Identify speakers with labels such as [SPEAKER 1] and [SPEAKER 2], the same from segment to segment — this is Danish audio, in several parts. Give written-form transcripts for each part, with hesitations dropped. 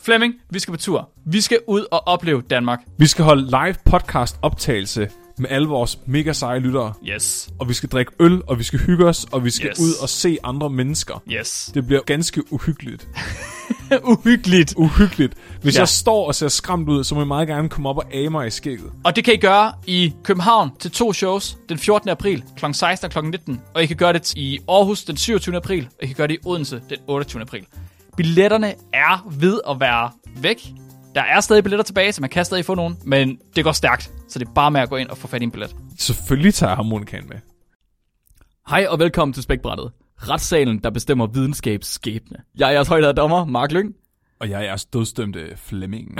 [SPEAKER 1] Flemming, vi skal på tur. Vi skal ud og opleve Danmark.
[SPEAKER 2] Vi skal holde live podcast optagelse med alle vores mega seje lyttere.
[SPEAKER 1] Yes.
[SPEAKER 2] Og vi skal drikke øl, og vi skal hygge os, og vi skal ud og se andre mennesker.
[SPEAKER 1] Yes.
[SPEAKER 2] Det bliver ganske uhyggeligt.
[SPEAKER 1] Uhyggeligt.
[SPEAKER 2] Hvis jeg står og ser skræmt ud, så må jeg meget gerne komme op og age mig i skægget.
[SPEAKER 1] Og det kan I gøre i København til 2 shows den 14. april kl. 16 og kl. 19. Og I kan gøre det i Aarhus den 27. april, og I kan gøre det i Odense den 28. april. Billetterne er ved at være væk. Der er stadig billetter tilbage, så man kan stadig få nogen, men det går stærkt, så det er bare med at gå ind og få fat i en billet.
[SPEAKER 2] Selvfølgelig tager jeg harmonikaen med.
[SPEAKER 1] Hej og velkommen til Spækbrættet. Retssalen, der bestemmer videnskabs skæbne. Jeg er jeres højtærede dommer, Mark Lyng.
[SPEAKER 2] Og jeg er jeres dødsdømte Flemming.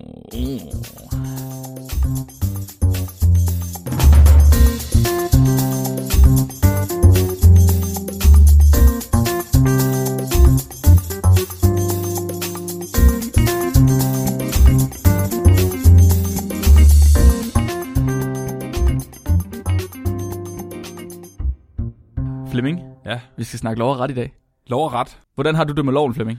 [SPEAKER 1] Flemming,
[SPEAKER 2] Ja.
[SPEAKER 1] vi skal snakke lov og ret i dag.
[SPEAKER 2] Lov og ret.
[SPEAKER 1] Hvordan har du det med loven, Flemming?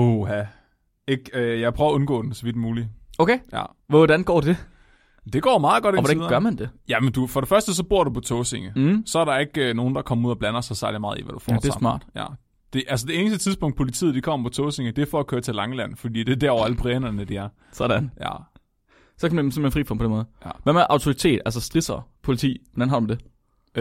[SPEAKER 2] Jeg prøver at undgå den, så vidt muligt.
[SPEAKER 1] Okay.
[SPEAKER 2] Ja.
[SPEAKER 1] Hvordan går det?
[SPEAKER 2] Det går meget godt.
[SPEAKER 1] Og hvordan gør man det?
[SPEAKER 2] Jamen, for det første, så bor du på Tåsinge. Så er der ikke nogen, der kommer ud og blander sig særlig meget i, hvad du får.
[SPEAKER 1] Ja, det er smart.
[SPEAKER 2] Ja. Det eneste tidspunkt, politiet de kommer på Tåsinge, det er for at køre til Langeland, fordi det er der, hvor alle brænerne de er.
[SPEAKER 1] Sådan.
[SPEAKER 2] Ja.
[SPEAKER 1] Så kan man simpelthen fri for på den måde.
[SPEAKER 2] Ja.
[SPEAKER 1] Hvad med autoritet, altså strisser, politi? Hvordan har du det?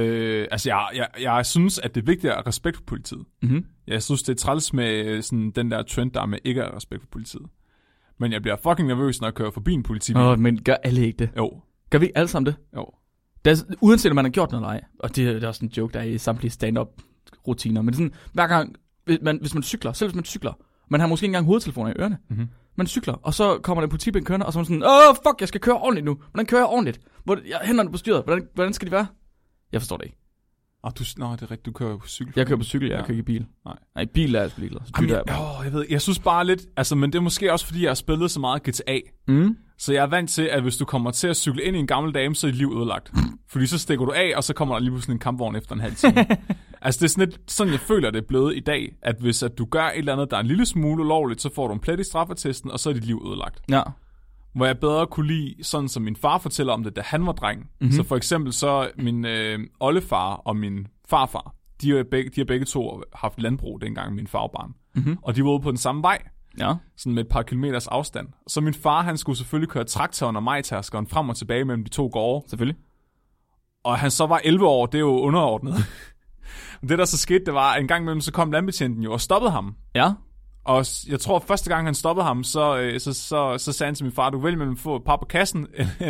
[SPEAKER 2] Jeg synes, at det er vigtigt at have respekt for politiet.
[SPEAKER 1] Mm-hmm.
[SPEAKER 2] Jeg synes, det er træls med sådan, den der trend, der er med ikke at have respekt for politiet. Men jeg bliver fucking nervøs, når jeg kører forbi en politibil.
[SPEAKER 1] Men gør alle ikke det?
[SPEAKER 2] Jo.
[SPEAKER 1] Gør vi ikke alle sammen det?
[SPEAKER 2] Jo.
[SPEAKER 1] Uanset om man har gjort noget eller ej, og det er også en joke, der er i samtlige stand-up rutiner, men sådan, hver gang, hvis man cykler, selv hvis man cykler, man har måske ikke engang hovedtelefoner i ørerne, man cykler, og så kommer der en politibil kørende, og så er man sådan, fuck, jeg skal køre ordentligt nu. Hvordan kører jeg ordentligt? Hænderne på styret, hvordan skal de være? Jeg forstår det ikke.
[SPEAKER 2] Det er rigtigt, du kører på cykel.
[SPEAKER 1] Jeg kører på cykel, jeg kører ikke i bil. Nej, bil er jeg sgu ligeglad.
[SPEAKER 2] Jeg synes bare lidt, men det er måske også fordi, jeg har spillet så meget GTA. Så jeg er vant til, at hvis du kommer til at cykle ind i en gammel dame, så er dit liv ødelagt. Fordi så stikker du af, og så kommer der lige pludselig en kampvogn efter en halv time. Det er sådan lidt, sådan jeg føler, det er blevet i dag, at hvis at du gør et eller andet, der er en lille smule ulovligt, så får du en plet i straffetesten, og så er dit liv ødelagt.
[SPEAKER 1] Ja.
[SPEAKER 2] Hvor jeg bedre kunne lide, sådan som min far fortæller om det, da han var dreng. Så for eksempel så min oldefar og min farfar, de har begge to haft landbrug dengang min far var barn. Og de var ude på den samme vej, sådan med et par kilometers afstand. Så min far, han skulle selvfølgelig køre traktoren og majtaskeren frem og tilbage mellem de to gårde.
[SPEAKER 1] Selvfølgelig.
[SPEAKER 2] Og han så var 11 år, det er jo underordnet. Det der så skete, det var, at en gang imellem, så kom landbetjenten jo og stoppede ham.
[SPEAKER 1] Ja.
[SPEAKER 2] Og jeg tror, første gang han stoppede ham, så sagde han til min far, du kan vælge mellem at få et par på kassen,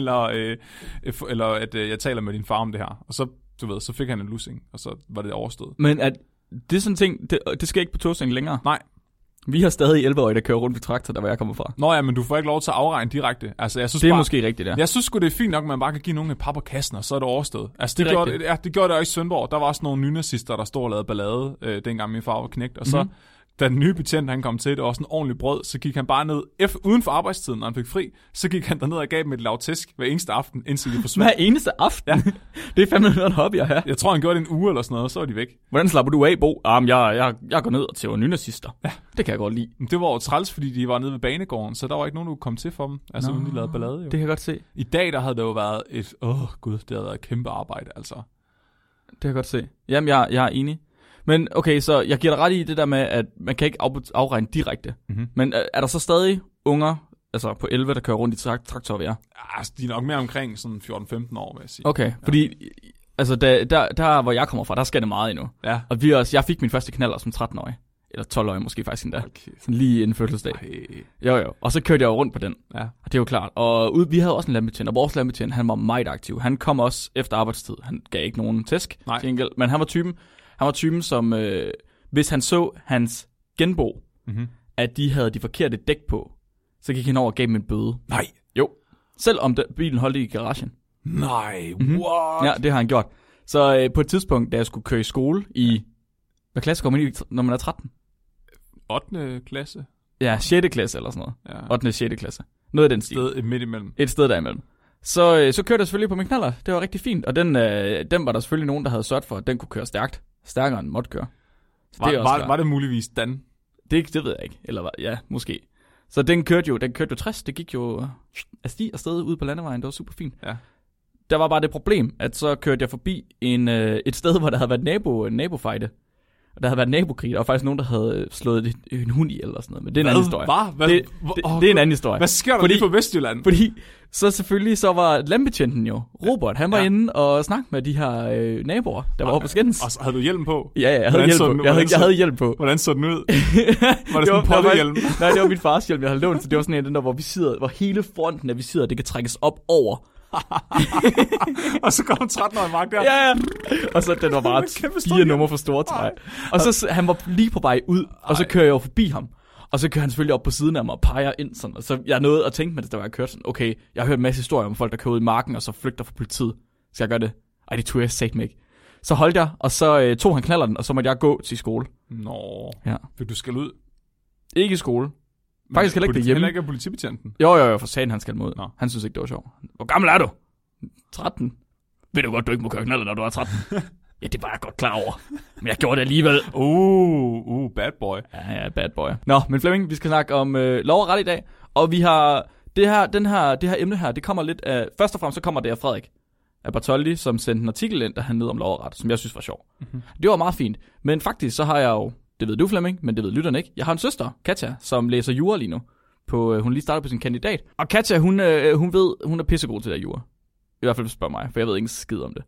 [SPEAKER 2] eller at jeg taler med din far om det her. Og så, så fik han en lussing, og så var det overstået.
[SPEAKER 1] Men at det er sådan en ting, det skal ikke på Tåsinge længere?
[SPEAKER 2] Nej.
[SPEAKER 1] Vi har stadig 11-årige, der kører rundt på traktor, der hvor jeg kommer fra.
[SPEAKER 2] Nå ja, men du får ikke lov til at afregne direkte. Altså, jeg synes
[SPEAKER 1] det er måske rigtigt, ja.
[SPEAKER 2] Jeg synes sgu, det er fint nok, at man bare kan give nogen et par på kassen, og så er det overstået. Altså, det gjorde det også i Sønderborg. Der var også nogle nynazister, der stod og lavede ballade, dengang min far var knægt. Og så, da den nye betjent, han kom til, det var sådan en ordentlig brød, så gik han bare ned, uden for arbejdstiden, når han fik fri, så gik han derned og gav dem et lavtæsk hver eneste aften, indtil de forsvandt.
[SPEAKER 1] Hver eneste aften? Ja. Det er fandme noget hobby at have.
[SPEAKER 2] Jeg tror, han gjorde det en uge eller sådan noget, og så var de væk.
[SPEAKER 1] Hvordan slapper du af, Bo? Jeg går ned og til nynazister. Ja. Det kan jeg godt lide.
[SPEAKER 2] Det var jo træls, fordi de var nede ved banegården, så der var ikke nogen, der kunne komme til for dem. Altså, uden de lavede ballade, jo.
[SPEAKER 1] Det kan jeg godt se.
[SPEAKER 2] I dag, der havde det jo været det havde været et kæmpe arbejde, altså.
[SPEAKER 1] Det kan jeg godt se. Jamen, jeg er enig. Men okay, så jeg giver dig ret i det der med, at man kan ikke afregne direkte. Men er der så stadig unger, altså på 11, der kører rundt i traktor ved jer?
[SPEAKER 2] Altså, de er nok mere omkring sådan 14-15 år, vil jeg sige.
[SPEAKER 1] Okay, fordi altså der hvor jeg kommer fra, der skal det meget endnu.
[SPEAKER 2] Ja.
[SPEAKER 1] Og jeg fik min første knaller som 13-årig. Eller 12-årig måske faktisk endda.
[SPEAKER 2] Okay.
[SPEAKER 1] Sådan lige inden fødselsdag. Jo. Og så kørte jeg jo rundt på den. Ja. Og det er jo klart. Og vi havde også en landbetjent, og vores landbetjent, han var meget aktiv. Han kom også efter arbejdstid. Han gav ikke nogen tæsk til enkelt. Men han var typen, som hvis han så hans genbo, at de havde de forkerte dæk på, så gik han over og gav dem en bøde.
[SPEAKER 2] Nej.
[SPEAKER 1] Jo. Selvom bilen holdt i garagen.
[SPEAKER 2] Nej, what?
[SPEAKER 1] Ja, det har han gjort. Så på et tidspunkt, da jeg skulle køre i skole i... Hvad klasse går man i, når man er 13?
[SPEAKER 2] 8. klasse?
[SPEAKER 1] Ja, 6. klasse eller sådan noget. Ja. 8. og 6. klasse. Noget af den stil.
[SPEAKER 2] Et sted midt imellem.
[SPEAKER 1] Et sted derimellem. Så kørte jeg selvfølgelig på min knaller. Det var rigtig fint. Og den var der selvfølgelig nogen, der havde sørget for, at den kunne køre stærkt. Stærkere end måtte køre.
[SPEAKER 2] Var det muligvis Dan?
[SPEAKER 1] Det ved jeg ikke. Eller ja, måske. Så den kørte jo 60. Det gik jo afsted ud på landevejen. Det var super fint.
[SPEAKER 2] Ja.
[SPEAKER 1] Der var bare det problem, at så kørte jeg forbi et sted, hvor der havde været nabofejde. Og der havde været nabokrig. Der var faktisk nogen, der havde slået en hund i eller sådan noget. Men det er en anden historie. Det er en anden historie.
[SPEAKER 2] Hvad sker der lige på Vestjylland?
[SPEAKER 1] Fordi så selvfølgelig så var landbetjenten jo, Robert, han var inde og snakke med de her naboer, der var oppe på skændes.
[SPEAKER 2] Og så havde du hjelm på?
[SPEAKER 1] Ja, jeg havde hjelm på. Jeg havde hjelm på.
[SPEAKER 2] Hvordan så den ud? Var det sådan en pottehjelm?
[SPEAKER 1] Nej, det var min fars hjelm, jeg havde lånt, så det var sådan en af den der, hvor hele fronten af visiret, det kan trækkes op over.
[SPEAKER 2] Og så kom 13-årig Mark der.
[SPEAKER 1] Ja. Og så den var bare 4 numre for store træ. Og så han var lige på vej ud, og så kører jeg jo forbi ham. Og så kører han selvfølgelig op på siden af mig og peger ind sådan. Og så jeg nåede at tænke, mens der var jeg kørt sådan, okay, jeg har hørt en masse historier om folk, der kører ud i marken, og så flygter fra politiet. Skal jeg gøre det? Ej, det tog jeg satme ikke. Så holdt jeg, og så tog han knallerten, og så måtte jeg gå til skole.
[SPEAKER 2] Nå,
[SPEAKER 1] ja.
[SPEAKER 2] Fik du skal ud?
[SPEAKER 1] Ikke i skole. Faktisk heller ikke derhjemme.
[SPEAKER 2] Heller ikke af politibetjenten?
[SPEAKER 1] Jo, for sagen han skal mod. Nå. Han synes ikke, det var sjovt. Hvor gammel er du? 13. Ved du godt, du ikke må køre knaller, når du er 13? Ja, det var jeg godt klar over. Men jeg gjorde det alligevel.
[SPEAKER 2] Bad boy.
[SPEAKER 1] Ja, bad boy. Nå, men Flemming, vi skal snakke om lov og ret i dag. Og vi har det her emne her, det kommer lidt af... Først og fremmest så kommer det af Frederik af Bartoldi, som sendte en artikel ind, der handlede om lov og ret, som jeg synes var sjov. Mm-hmm. Det var meget fint. Men faktisk så har jeg jo... Det ved du, Flemming, men det ved lytterne ikke. Jeg har en søster, Katja, som læser jura lige nu. Hun lige startet på sin kandidat. Og Katja, hun er pissegod til at jura. I hvert fald spørg mig, for jeg ved ikke skid om det.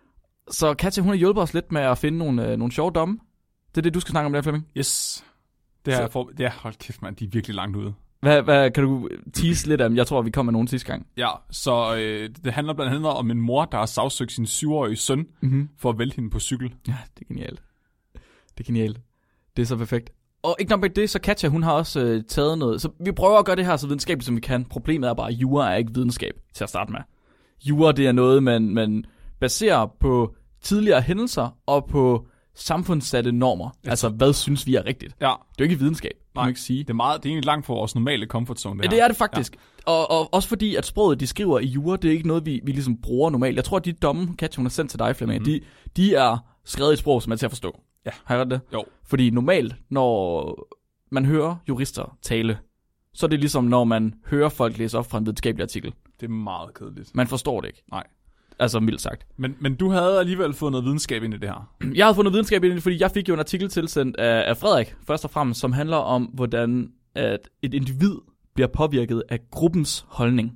[SPEAKER 1] Så Katja, hun har hjulpet os lidt med at finde nogle sjove domme. Det er det, du skal snakke om der, Flemming?
[SPEAKER 2] Yes. Det er hold kæft, mand, de er virkelig langt ude.
[SPEAKER 1] Hvad kan du tease lidt af? Jeg tror, vi kom med nogen sidste gang.
[SPEAKER 2] Ja, så det handler blandt andet om en mor, der har sagsøgt sin 7-årige søn for at vælte hende på cykel.
[SPEAKER 1] Ja, det er genialt. Det er så perfekt. Og ikke nok med det, så Katja, hun har også taget noget. Så vi prøver at gøre det her så videnskabeligt, som vi kan. Problemet er bare, at jura er ikke videnskab til at starte med. Jura, det er noget, man baserer på tidligere hændelser og på samfundssatte normer. Altså, hvad synes vi er rigtigt? Ja. Det er jo ikke videnskab, kan man ikke sige.
[SPEAKER 2] Det er egentlig langt fra vores normale comfort zone,
[SPEAKER 1] det her. Det er det faktisk. Ja. Og også fordi, at sproget, de skriver i jura, det er ikke noget, vi ligesom bruger normalt. Jeg tror, at de domme, Katja, hun har sendt til dig, Flemming, de er skrevet i et sprog, som er til at forstå. Ja. Har jeg ret det?
[SPEAKER 2] Jo.
[SPEAKER 1] Fordi normalt, når man hører jurister tale, så er det ligesom, når man hører folk læse op fra en videnskabelig artikel.
[SPEAKER 2] Det er meget kedeligt.
[SPEAKER 1] Man forstår det ikke.
[SPEAKER 2] Nej.
[SPEAKER 1] Altså mildt sagt.
[SPEAKER 2] Men du havde alligevel fået noget videnskab ind i det her.
[SPEAKER 1] Jeg havde fået noget videnskab ind i det, fordi jeg fik jo en artikel tilsendt af Frederik, først og fremmest, som handler om, hvordan at et individ bliver påvirket af gruppens holdning.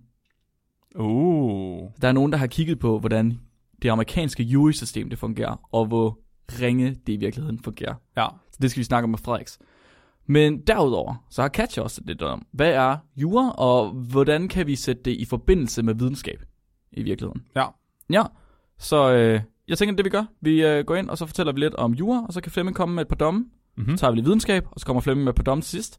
[SPEAKER 1] Der er nogen, der har kigget på, hvordan det amerikanske jury-system det fungerer, og hvor ringe det i virkeligheden fungerer.
[SPEAKER 2] Ja.
[SPEAKER 1] Så det skal vi snakke om med Frederiks. Men derudover, så har Katja også lidt om, hvad er jura, og hvordan kan vi sætte det i forbindelse med videnskab i virkeligheden? Ja, så jeg tænker, det vi gør, vi går ind, og så fortæller vi lidt om jura, og så kan Flemming komme med et par domme. Så tager vi lidt videnskab, og så kommer Flemming med et par domme til sidst.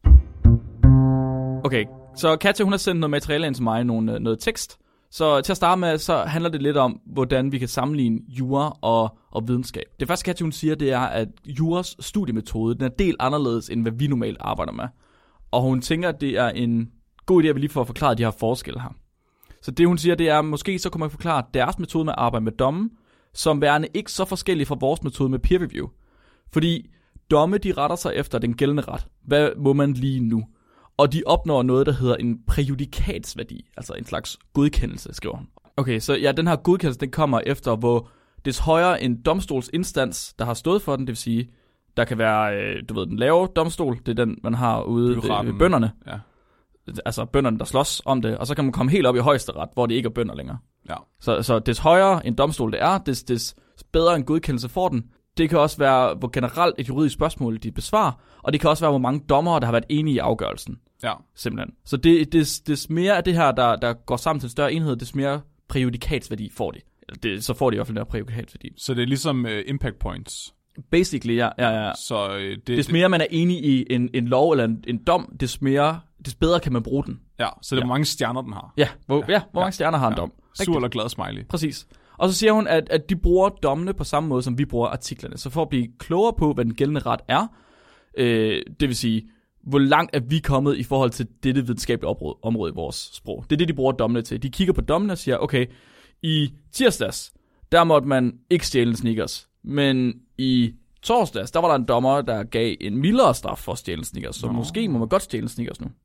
[SPEAKER 1] Okay, så Katja, hun har sendt noget materiale ind til mig, noget tekst. Så til at starte med, så handler det lidt om, hvordan vi kan sammenligne jura og videnskab. Det første, Katja, hun siger, det er, at juras studiemetode, den er del anderledes, end hvad vi normalt arbejder med. Og hun tænker, at det er en god idé, at vi lige får forklaret de her forskelle her. Så det, hun siger, det er, måske så kunne man forklare deres metode med at arbejde med domme, som værende ikke så forskellige fra vores metode med peer review. Fordi domme, de retter sig efter den gældende ret. Hvad må man lige nu? Og de opnår noget, der hedder en præjudikatsværdi, altså en slags godkendelse, skriver hun. Okay, så ja, den her godkendelse, den kommer efter, hvor des højere en domstolsinstans, der har stået for den, det vil sige, der kan være, den lave domstol, det er den, man har ude ved bønderne. Ja. Altså bønderne, der slås om det, og så kan man komme helt op i højesteret, hvor det ikke er bønder længere.
[SPEAKER 2] Ja.
[SPEAKER 1] Så des højere en domstol det er, des bedre en godkendelse får den. Det kan også være, hvor generelt et juridisk spørgsmål de besvarer, og det kan også være, hvor mange dommere, der har været enige i afgørelsen.
[SPEAKER 2] Ja.
[SPEAKER 1] Simpelthen. Så des mere af det her, der går sammen til en større enhed, des mere præjudikatsværdi får de. Så får de i hvert fald der præjudikatsværdi.
[SPEAKER 2] Så det er ligesom impact points?
[SPEAKER 1] Basically, ja. Så des mere man er enig i en lov eller en dom, des bedre kan man bruge den.
[SPEAKER 2] Ja, så det er hvor mange stjerner den har.
[SPEAKER 1] Ja, hvor mange stjerner har en dom.
[SPEAKER 2] Sur eller glad smiley.
[SPEAKER 1] Præcis. Og så siger hun, at de bruger dommene på samme måde, som vi bruger artiklerne. Så for at blive klogere på, hvad den gældende ret er, det vil sige, hvor langt er vi kommet i forhold til dette videnskabelige område i vores sprog. Det er det, de bruger dommene til. De kigger på dommene og siger, okay, i tirsdags, der måtte man ikke stjæle en Snickers. Men i torsdags, der var der en dommer, der gav en mildere straf for at stjæle en Snickers. Så måske må man godt stjæle en Snickers nu.
[SPEAKER 2] Ja,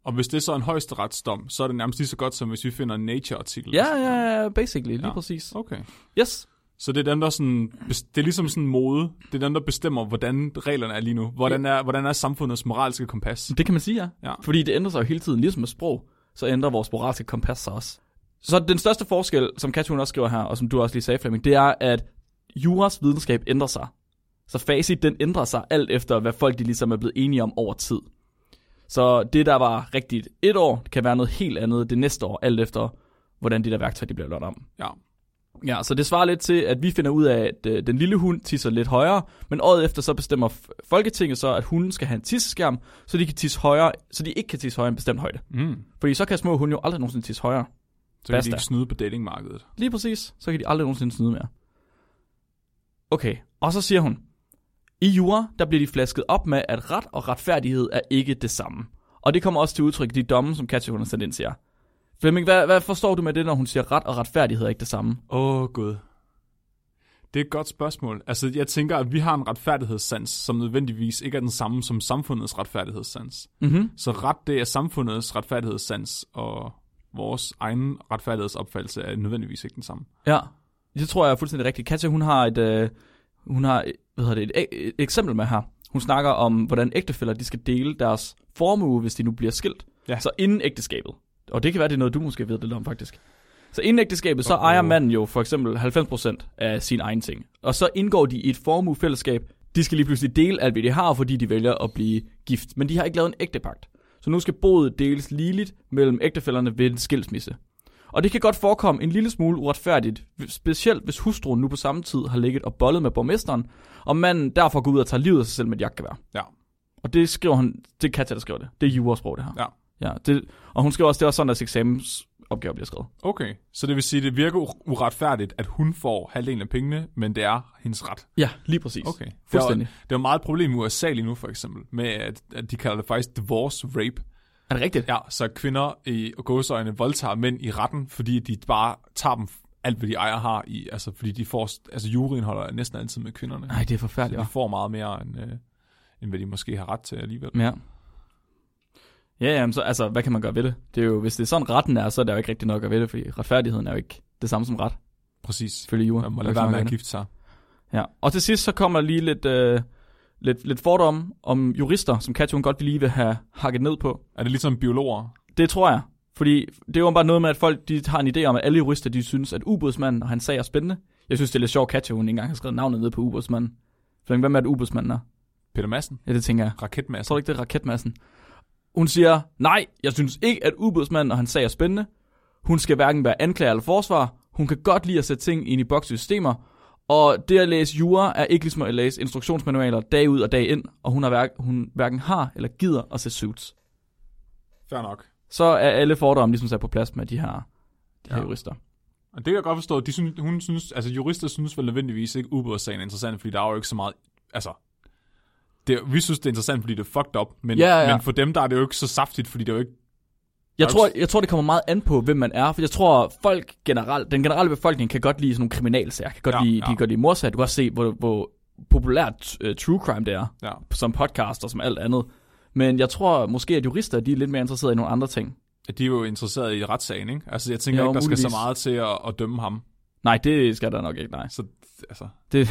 [SPEAKER 2] Og hvis det er så en højesteretsdom, så er det nærmest lige så godt, som hvis vi finder en Nature-artikel.
[SPEAKER 1] Ja, basically, lige præcis.
[SPEAKER 2] Okay.
[SPEAKER 1] Yes.
[SPEAKER 2] Så det er dem, der sådan, det er ligesom sådan en mode. Det er dem, der bestemmer, hvordan reglerne er lige nu. Hvordan er samfundets moralske kompas?
[SPEAKER 1] Det kan man sige, ja. Fordi det ændrer sig jo hele tiden, ligesom med sprog, så ændrer vores moralske kompas sig også. Så den største forskel, som Katja også skriver her, og som du også lige sagde, Flemming, det er, at juras videnskab ændrer sig. Så facit, den ændrer sig alt efter, hvad folk de ligesom er blevet enige om over tid. Så det, der var rigtigt et år, det kan være noget helt andet det næste år, alt efter, hvordan de der værktøjer de bliver lavet om. Ja, så det svarer lidt til, at vi finder ud af, at den lille hund tisser lidt højere, men året efter så bestemmer Folketinget så, at hunden skal have en tisseskærm, så de kan tisse højere, så de ikke kan tisse højere en bestemt højde. Fordi så kan små hunde jo aldrig nogensinde tisse højere.
[SPEAKER 2] Så kan de ikke snyde på datingmarkedet.
[SPEAKER 1] Lige præcis, så kan de aldrig nogensinde snyde mere. Okay, og så siger hun, i jura, der bliver de flasket op med, at ret og retfærdighed er ikke det samme. Og det kommer også til udtryk i de domme, som Katja hun har sendt ind til jer. Flemming, hvad forstår du med det, når hun siger, ret og retfærdighed er ikke det samme?
[SPEAKER 2] Gud. Det er et godt spørgsmål. Altså, jeg tænker, at vi har en retfærdighedssans, som nødvendigvis ikke er den samme som samfundets retfærdighedssans.
[SPEAKER 1] Mm-hmm.
[SPEAKER 2] Så ret, det er samfundets retfærdighedssans, og vores egen retfærdighedsopfattelse er nødvendigvis ikke den samme.
[SPEAKER 1] Ja, det tror jeg er fuldstændig rigtigt. Katja, hun har et eksempel med her. Hun snakker om, hvordan ægtefæller de skal dele deres formue, hvis de nu bliver skilt.
[SPEAKER 2] Ja.
[SPEAKER 1] Så inden ægteskabet. Og det kan være, det er noget, du måske ved lidt om, faktisk. Så inden ægteskabet, så ejer manden jo for eksempel 90% af sine egne ting. Og så indgår de i et formuefællesskab. De skal lige pludselig dele alt, hvad de har, fordi de vælger at blive gift. Men de har ikke lavet en ægtepagt. Så nu skal boet deles ligeligt mellem ægtefællerne ved en skilsmisse. Og det kan godt forekomme en lille smule uretfærdigt, specielt hvis hustruen nu på samme tid har ligget og bollet med borgmesteren, og manden derfor går ud og tager livet af sig selv med et jagtgevær.
[SPEAKER 2] Ja.
[SPEAKER 1] Og det skriver hun, det er Katja, der skriver det. Det er jurasprog, det her. Ja, og hun skriver også, det er også sådan, at eksamensopgaver bliver skrevet. Okay,
[SPEAKER 2] så det vil sige, at det virker uretfærdigt, at hun får halvdelen af pengene, men det er hendes ret.
[SPEAKER 1] Ja, lige præs.
[SPEAKER 2] Okay,
[SPEAKER 1] fuldstændig.
[SPEAKER 2] Det er jo meget et problem i USA lige nu, for eksempel, med at de kalder det faktisk divorce rape.
[SPEAKER 1] Er det rigtigt?
[SPEAKER 2] Ja, så kvinder i gåseøjne voldtager mænd i retten, fordi de bare tager dem alt, hvad de ejer har i, altså fordi de får, altså juryen holder næsten altid med kvinderne.
[SPEAKER 1] Nej, det er forfærdeligt.
[SPEAKER 2] Så de får meget mere, end hvad de måske har ret til alligevel.
[SPEAKER 1] Ja. Ja, jamen, så altså, hvad kan man gøre ved det? Det er jo, hvis det er sådan retten er, så er der jo ikke rigtig noget at gøre ved det, fordi retfærdigheden er jo ikke det samme som ret.
[SPEAKER 2] Præcis.
[SPEAKER 1] Følge jura.
[SPEAKER 2] Man må lade være med at gifte sig.
[SPEAKER 1] Ja, og til sidst så kommer lige lidt fordomme om jurister, som Katja godt lige vil have hakket ned på.
[SPEAKER 2] Er det ligesom biologer?
[SPEAKER 1] Det tror jeg, fordi det er jo bare noget med, at folk de har en idé om, at alle jurister de synes, at ubådsmanden og hans sag er spændende. Jeg synes, det er lidt sjovt, Katja hun ikke engang har skrevet navnet ned på ubådsmanden. For hvem er det ubådsmanden er?
[SPEAKER 2] Peter Madsen?
[SPEAKER 1] Ja, det tænker jeg.
[SPEAKER 2] Raketmadsen?
[SPEAKER 1] Tror du ikke, det er Raketmadsen? Hun siger, nej, jeg synes ikke, at ubådsmanden og hans sag er spændende. Hun skal hverken være anklager eller forsvar. Hun kan godt lide at sætte ting ind i bokssystemer. Og det at læse jura er ikke ligesom at læse instruktionsmanualer dag ud og dag ind. Og hun hverken har eller gider at se suits.
[SPEAKER 2] Fair nok.
[SPEAKER 1] Så er alle fordomme ligesom sat på plads med de her jurister.
[SPEAKER 2] Og det kan jeg godt forstå. Hun synes, altså jurister synes vel nødvendigvis ikke ubådssagen er interessant, fordi der er jo ikke så meget, altså vi synes, det er interessant, fordi det er fucked up, men for dem, der er det jo ikke så saftigt, fordi det er jo ikke...
[SPEAKER 1] Jeg tror, det kommer meget an på, hvem man er, for jeg tror, den generelle befolkning kan godt lide sådan nogle kriminalsager, de kan godt lide morsager. Du kan også se, hvor populært true crime det er, som podcast og som alt andet. Men jeg tror måske, at jurister, de er lidt mere interesserede i nogle andre ting.
[SPEAKER 2] De er jo interesserede i retssagen, ikke? Altså, jeg tænker ikke, der skal så meget til at dømme ham.
[SPEAKER 1] Nej, det skal der nok ikke, nej.
[SPEAKER 2] Så, altså...
[SPEAKER 1] Det...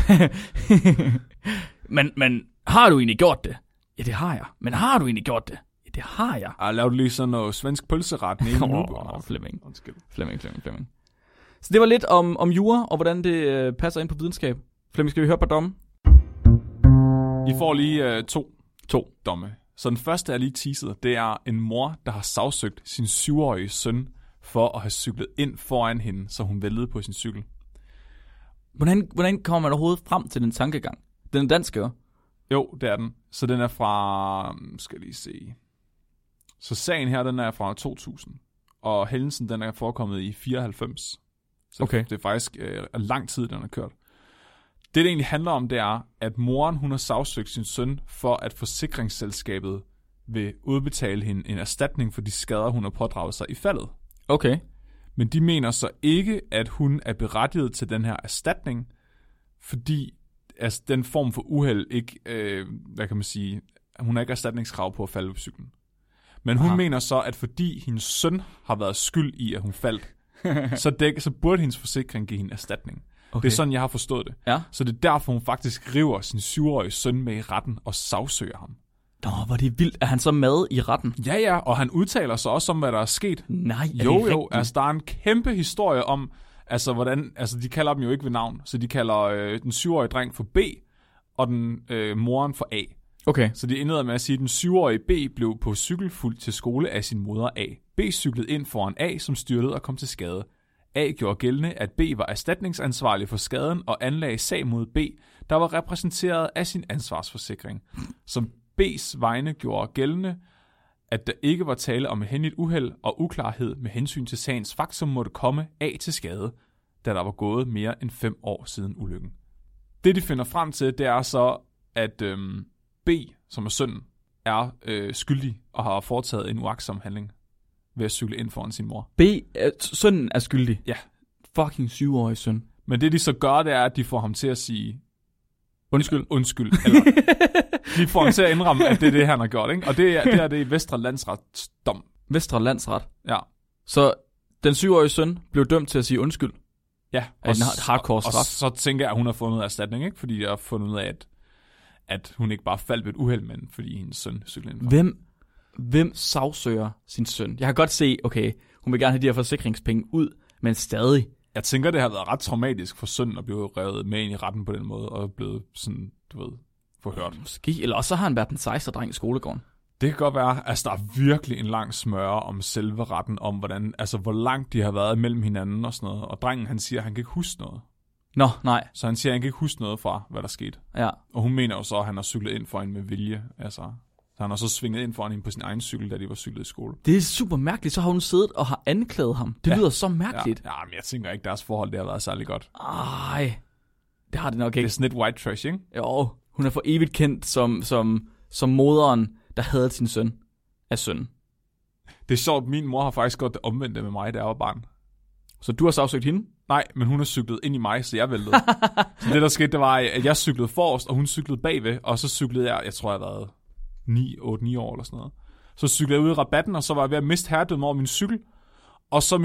[SPEAKER 1] men har du egentlig gjort det? Ja, det har jeg. Men har du egentlig gjort det? Ja, det har jeg.
[SPEAKER 2] Jeg lavede lige sådan noget svensk pølseret nede i
[SPEAKER 1] Flemming. Så det var lidt om jura, og hvordan det passer ind på videnskab. Flemming, skal vi høre på domme?
[SPEAKER 2] I får lige to domme. Så den første er lige teaset. Det er en mor, der har sagsøgt sin 7-årige søn for at have cyklet ind foran hende, så hun væltede på sin cykel.
[SPEAKER 1] Hvordan kommer man overhovedet frem til den tankegang? Den er dansk, jo?
[SPEAKER 2] Jo, det er den. Så den er fra, skal lige se. Så sagen her, den er fra 2000. Og hændelsen, den er forekommet i 94. Så
[SPEAKER 1] okay.
[SPEAKER 2] Det er faktisk lang tid, den har kørt. Det egentlig handler om, det er, at moren, hun har sagsøgt sin søn, for at forsikringsselskabet vil udbetale hende en erstatning for de skader, hun har pådraget sig i faldet.
[SPEAKER 1] Okay.
[SPEAKER 2] Men de mener så ikke, at hun er berettiget til den her erstatning, fordi altså, den form for uheld ikke, hvad kan man sige, hun har ikke erstatningskrav på at falde på cyklen. Men hun mener så, at fordi hendes søn har været skyld i, at hun faldt, så burde hendes forsikring give hende erstatning. Okay. Det er sådan, jeg har forstået det. Ja.
[SPEAKER 1] Så det er derfor, hun faktisk river sin 7-årige søn med i retten og sagsøger ham.
[SPEAKER 2] Nå, hvor det er vildt. Er han så med i retten?
[SPEAKER 1] Ja, og han udtaler sig også om, hvad der er sket.
[SPEAKER 2] Nej, er
[SPEAKER 1] jo,
[SPEAKER 2] det rigtigt?
[SPEAKER 1] Altså, der er en kæmpe historie om, altså, hvordan, altså, de kalder dem jo ikke ved navn, så de kalder den 7-årige dreng for B, og den moren for A.
[SPEAKER 2] Okay.
[SPEAKER 1] Så de indleder med at sige, at den 7-årige B blev på cykelfuld til skole af sin moder A. B cyklede ind foran A, som styrtede og kom til skade. A gjorde gældende, at B var erstatningsansvarlig for skaden og anlagde sag mod B, der var repræsenteret af sin ansvarsforsikring. Som B's vegne gjorde gældende, at der ikke var tale om et hændeligt uheld og uklarhed med hensyn til sagens faktum måtte komme A til skade, da der var gået mere end 5 år siden ulykken. Det de finder frem til, det er så, at B, som er sønnen, er skyldig og har foretaget en uagtsom handling ved at cykle ind foran sin mor.
[SPEAKER 2] Sønnen er skyldig?
[SPEAKER 1] Ja.
[SPEAKER 2] Fucking 7-årig søn.
[SPEAKER 1] Men det de så gør, det er, at de får ham til at sige undskyld.
[SPEAKER 2] Eller,
[SPEAKER 1] de får ham til at indrømme, at det er det, han har gjort. Ikke? Og det er det i Vestre Landsrets dom.
[SPEAKER 2] Vestre Landsret?
[SPEAKER 1] Ja.
[SPEAKER 2] Så den 7-årige søn blev dømt til at sige undskyld?
[SPEAKER 1] Ja.
[SPEAKER 2] Og en hardcore straf?
[SPEAKER 1] Og så tænker jeg, at hun har fundet erstatning, ikke? Fordi jeg har fundet ud af, at hun ikke bare faldt ved et uheld, men fordi hendes søn cyklede ind.
[SPEAKER 2] Hvem sagsøger sin søn? Jeg kan godt se, okay, hun vil gerne have de her forsikringspenge ud, men stadig.
[SPEAKER 1] Jeg tænker, det har været ret traumatisk for sønnen at blive revet med ind i retten på den måde, og blevet sådan, du ved, forhørt.
[SPEAKER 2] Måske, eller også så har han været den sejste dreng i skolegården.
[SPEAKER 1] Det kan godt være, altså der er virkelig en lang smøre om selve retten, om hvordan, altså hvor langt de har været mellem hinanden og sådan noget. Og drengen, han siger, at han kan ikke huske noget.
[SPEAKER 2] Nå, nej.
[SPEAKER 1] Så han siger, at han kan ikke huske noget fra, hvad der skete.
[SPEAKER 2] Ja.
[SPEAKER 1] Og hun mener jo så, at han har cyklet ind for hende med vilje, altså. Så han har så svinget ind foran hende på sin egen cykel, da de var cyklet i skole.
[SPEAKER 2] Det er super mærkeligt. Så har hun siddet og har anklaget ham. Det lyder så mærkeligt.
[SPEAKER 1] Ja, men jeg tænker ikke, deres forhold det har været særlig godt.
[SPEAKER 2] Ej, det har det nok ikke.
[SPEAKER 1] Det er sådan lidt white trash, ikke?
[SPEAKER 2] Jo, hun er for evigt kendt som moderen, der havde sin søn af sønnen.
[SPEAKER 1] Det er sjovt, min mor har faktisk gjort det omvendte med mig, da jeg var barn.
[SPEAKER 2] Så du har sagsøgt hende?
[SPEAKER 1] Nej, men hun har cyklet ind i mig, så jeg væltede. Så det, der skete, det var, at jeg cyklede forrest, og hun cyklede bagved, og så cyklede jeg tror, jeg har været 8-9 år eller sådan noget. Så cyklede jeg ud i rabatten, og så var jeg ved at miste herredømmen over min cykel. Og så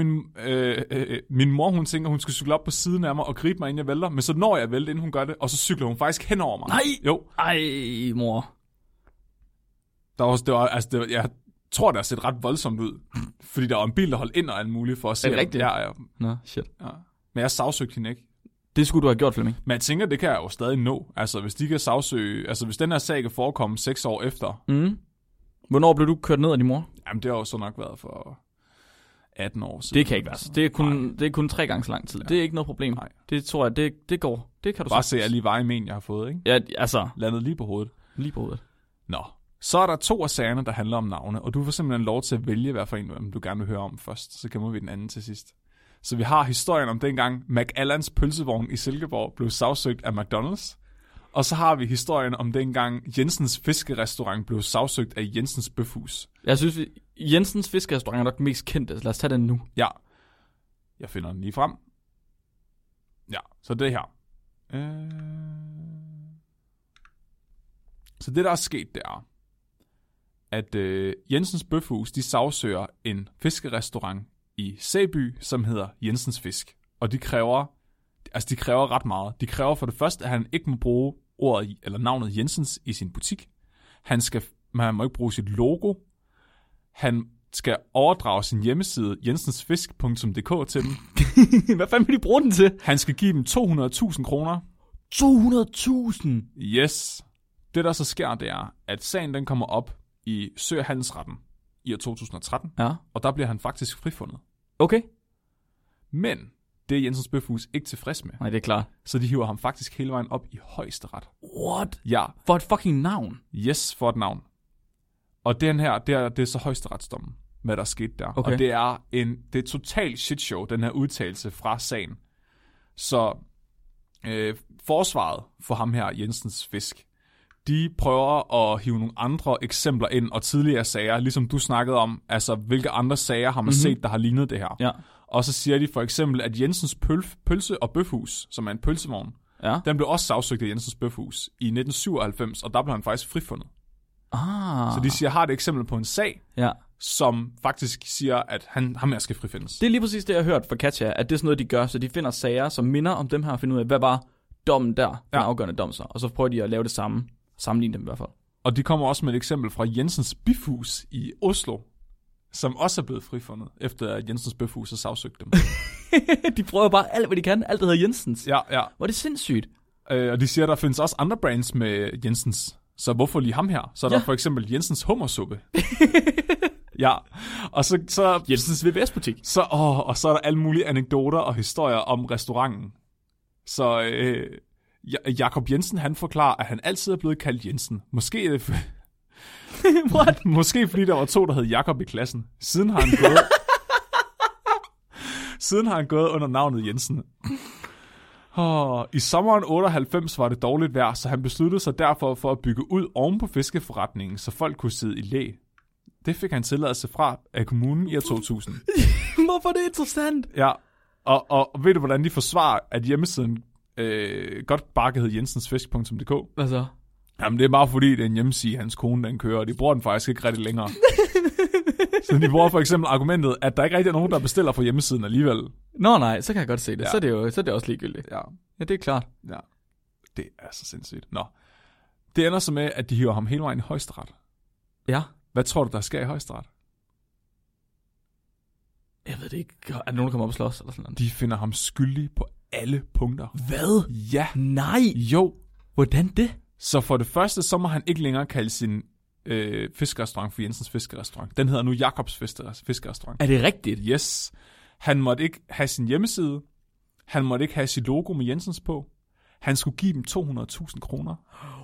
[SPEAKER 1] min mor, hun tænker, hun skal cykle op på siden af mig og gribe mig, inden jeg vælter. Men så når jeg vælter, inden hun gør det, og så cykler hun faktisk hen over mig.
[SPEAKER 2] Nej!
[SPEAKER 1] Jo.
[SPEAKER 2] Ej, mor.
[SPEAKER 1] Jeg tror, det har set ret voldsomt ud. Fordi der var en bil, der holdt ind og alt muligt for at se.
[SPEAKER 2] Er det rigtigt?
[SPEAKER 1] Ja.
[SPEAKER 2] Nå, shit.
[SPEAKER 1] Ja. Men jeg sagsøgte hende ikke.
[SPEAKER 2] Det skulle du have gjort, Flemming.
[SPEAKER 1] Men jeg tænker, det kan jeg jo stadig nå. Altså, hvis de kan sagsøge... Altså, hvis den her sag kan forekomme 6 år efter...
[SPEAKER 2] Hvornår blev du kørt ned af din mor?
[SPEAKER 1] Jamen, det har jo så nok været for 18 år siden.
[SPEAKER 2] Det kan ikke være. Det er kun 3 gange så lang tid. Ja. Det er ikke noget problem. Nej. Det tror jeg, det går. Det kan du
[SPEAKER 1] bare se alle de veje, jeg har fået, ikke?
[SPEAKER 2] Ja, altså...
[SPEAKER 1] Landet lige på hovedet.
[SPEAKER 2] Lige på hovedet.
[SPEAKER 1] Nå. Så er der 2 af sagerne, der handler om navne, og du får simpelthen lov til at vælge, hvad for en du gerne vil høre om først. Så gemmer vi den anden til sidst. Så vi har historien om dengang McAllans pølsevogn i Silkeborg blev sagsøgt af McDonald's. Og så har vi historien om dengang Jensens Fiskerestaurant blev sagsøgt af Jensens Bøfhus.
[SPEAKER 2] Jeg synes, Jensens Fiskerestaurant er nok den mest kendte. Så lad os tage den nu.
[SPEAKER 1] Ja. Jeg finder den lige frem. Ja, så det her. Så det, der er sket, det er, at Jensens Bøfhus, de sagsøger en fiskerestaurant i Sæby, som hedder Jensens Fisk. Og de kræver ret meget. De kræver for det første, at han ikke må bruge ordet eller navnet Jensens i sin butik. Han må ikke bruge sit logo. Han skal overdrage sin hjemmeside jensensfisk.dk til dem.
[SPEAKER 2] Hvad fanden vil de bruge den til?
[SPEAKER 1] Han skal give dem 200.000 kroner.
[SPEAKER 2] 200.000?
[SPEAKER 1] Yes. Det, der så sker, det er, at sagen den kommer op i Sø- og Handelsretten i år 2013.
[SPEAKER 2] Ja.
[SPEAKER 1] Og der bliver han faktisk frifundet.
[SPEAKER 2] Okay.
[SPEAKER 1] Men det er Jensens Bøfhus ikke tilfreds med.
[SPEAKER 2] Nej, det er klart.
[SPEAKER 1] Så de hiver ham faktisk hele vejen op i højesteret.
[SPEAKER 2] What?
[SPEAKER 1] Ja.
[SPEAKER 2] For et fucking navn?
[SPEAKER 1] Yes, for et navn. Og den her, det er så højesteretsdommen, hvad der skete der.
[SPEAKER 2] Okay.
[SPEAKER 1] Og det er et totalt shitshow, den her udtalelse fra sagen. Så forsvaret for ham her, Jensens Fisk, de prøver at hive nogle andre eksempler ind, og tidligere sager, ligesom du snakkede om, altså hvilke andre sager har man set, der har lignet det her.
[SPEAKER 2] Ja.
[SPEAKER 1] Og så siger de for eksempel, at Jensens Pølse- og Bøfhus, som er en pølsevogn, den blev også sagsøgt af Jensens Bøfhus i 1997, og der blev han faktisk frifundet.
[SPEAKER 2] Ah.
[SPEAKER 1] Så de siger, har det eksempel på en sag,
[SPEAKER 2] som faktisk siger, at ham her skal frifindes.
[SPEAKER 1] Det er lige præcis det, jeg har hørt fra Katja, at det er sådan noget, de gør, så de finder sager, som minder om dem her, og finder ud af, hvad var dommen der, den afgørende dom så. Og så prøver de at lave det samme, sammenligne dem i hvert fald.
[SPEAKER 2] Og de kommer også med et eksempel fra Jensens Bifhus i Oslo, som også er blevet frifundet, efter at Jensens Bifhus har sagsøgt dem.
[SPEAKER 1] De prøver bare alt, hvad de kan. Alt, der hedder Jensens.
[SPEAKER 2] Ja.
[SPEAKER 1] Hvor er det sindssygt.
[SPEAKER 2] Og de siger, at der findes også andre brands med Jensens. Så hvorfor lige ham her? Så er der for eksempel Jensens hummersuppe. Ja, og så
[SPEAKER 1] Jensens VVS-butik.
[SPEAKER 2] Og så er der alle mulige anekdoter og historier om restauranten. Så Jakob Jensen, han forklarer, at han altid er blevet kaldt Jensen. Måske
[SPEAKER 1] What?
[SPEAKER 2] Måske fordi der var 2, der hed Jakob i klassen. Siden har han gået under navnet Jensen. I sommeren 98 var det dårligt vejr, så han besluttede sig derfor for at bygge ud oven på fiskeforretningen, så folk kunne sidde i læ. Det fik han tilladelse fra af kommunen i år 2000.
[SPEAKER 1] Hvorfor er det interessant?
[SPEAKER 2] Ja, og ved du, hvordan de forsvarer, at hjemmesiden godt bare kan hedde jensensfisk.dk?
[SPEAKER 1] Hvad så?
[SPEAKER 2] Jamen, det er bare fordi, det er en hjemmeside, hans kone den kører, og de bruger den faktisk ikke rigtig længere. Så de bruger for eksempel argumentet, at der ikke rigtig er nogen, der bestiller fra hjemmesiden alligevel.
[SPEAKER 1] Nå nej, så kan jeg godt se det. Ja. Så er det også ligegyldigt.
[SPEAKER 2] Ja,
[SPEAKER 1] det er klart.
[SPEAKER 2] Ja, det er så sindssygt. Nå, det ender så med, at de hiver ham hele vejen i højesteret.
[SPEAKER 1] Ja.
[SPEAKER 2] Hvad tror du, der sker i højesteret?
[SPEAKER 1] Jeg ved det ikke. Er der nogen, der kommer op og slås? Eller sådan noget?
[SPEAKER 2] De finder ham skyldig på alle punkter.
[SPEAKER 1] Hvad?
[SPEAKER 2] Ja.
[SPEAKER 1] Nej.
[SPEAKER 2] Jo.
[SPEAKER 1] Hvordan det?
[SPEAKER 2] Så for det første, så må han ikke længere kalde sin fiskerestaurant for Jensens Fiskerestaurant. Den hedder nu Jakobs Fiskerestaurant.
[SPEAKER 1] Er det rigtigt?
[SPEAKER 2] Yes. Han måtte ikke have sin hjemmeside. Han måtte ikke have sit logo med Jensens på. Han skulle give dem 200.000 kroner.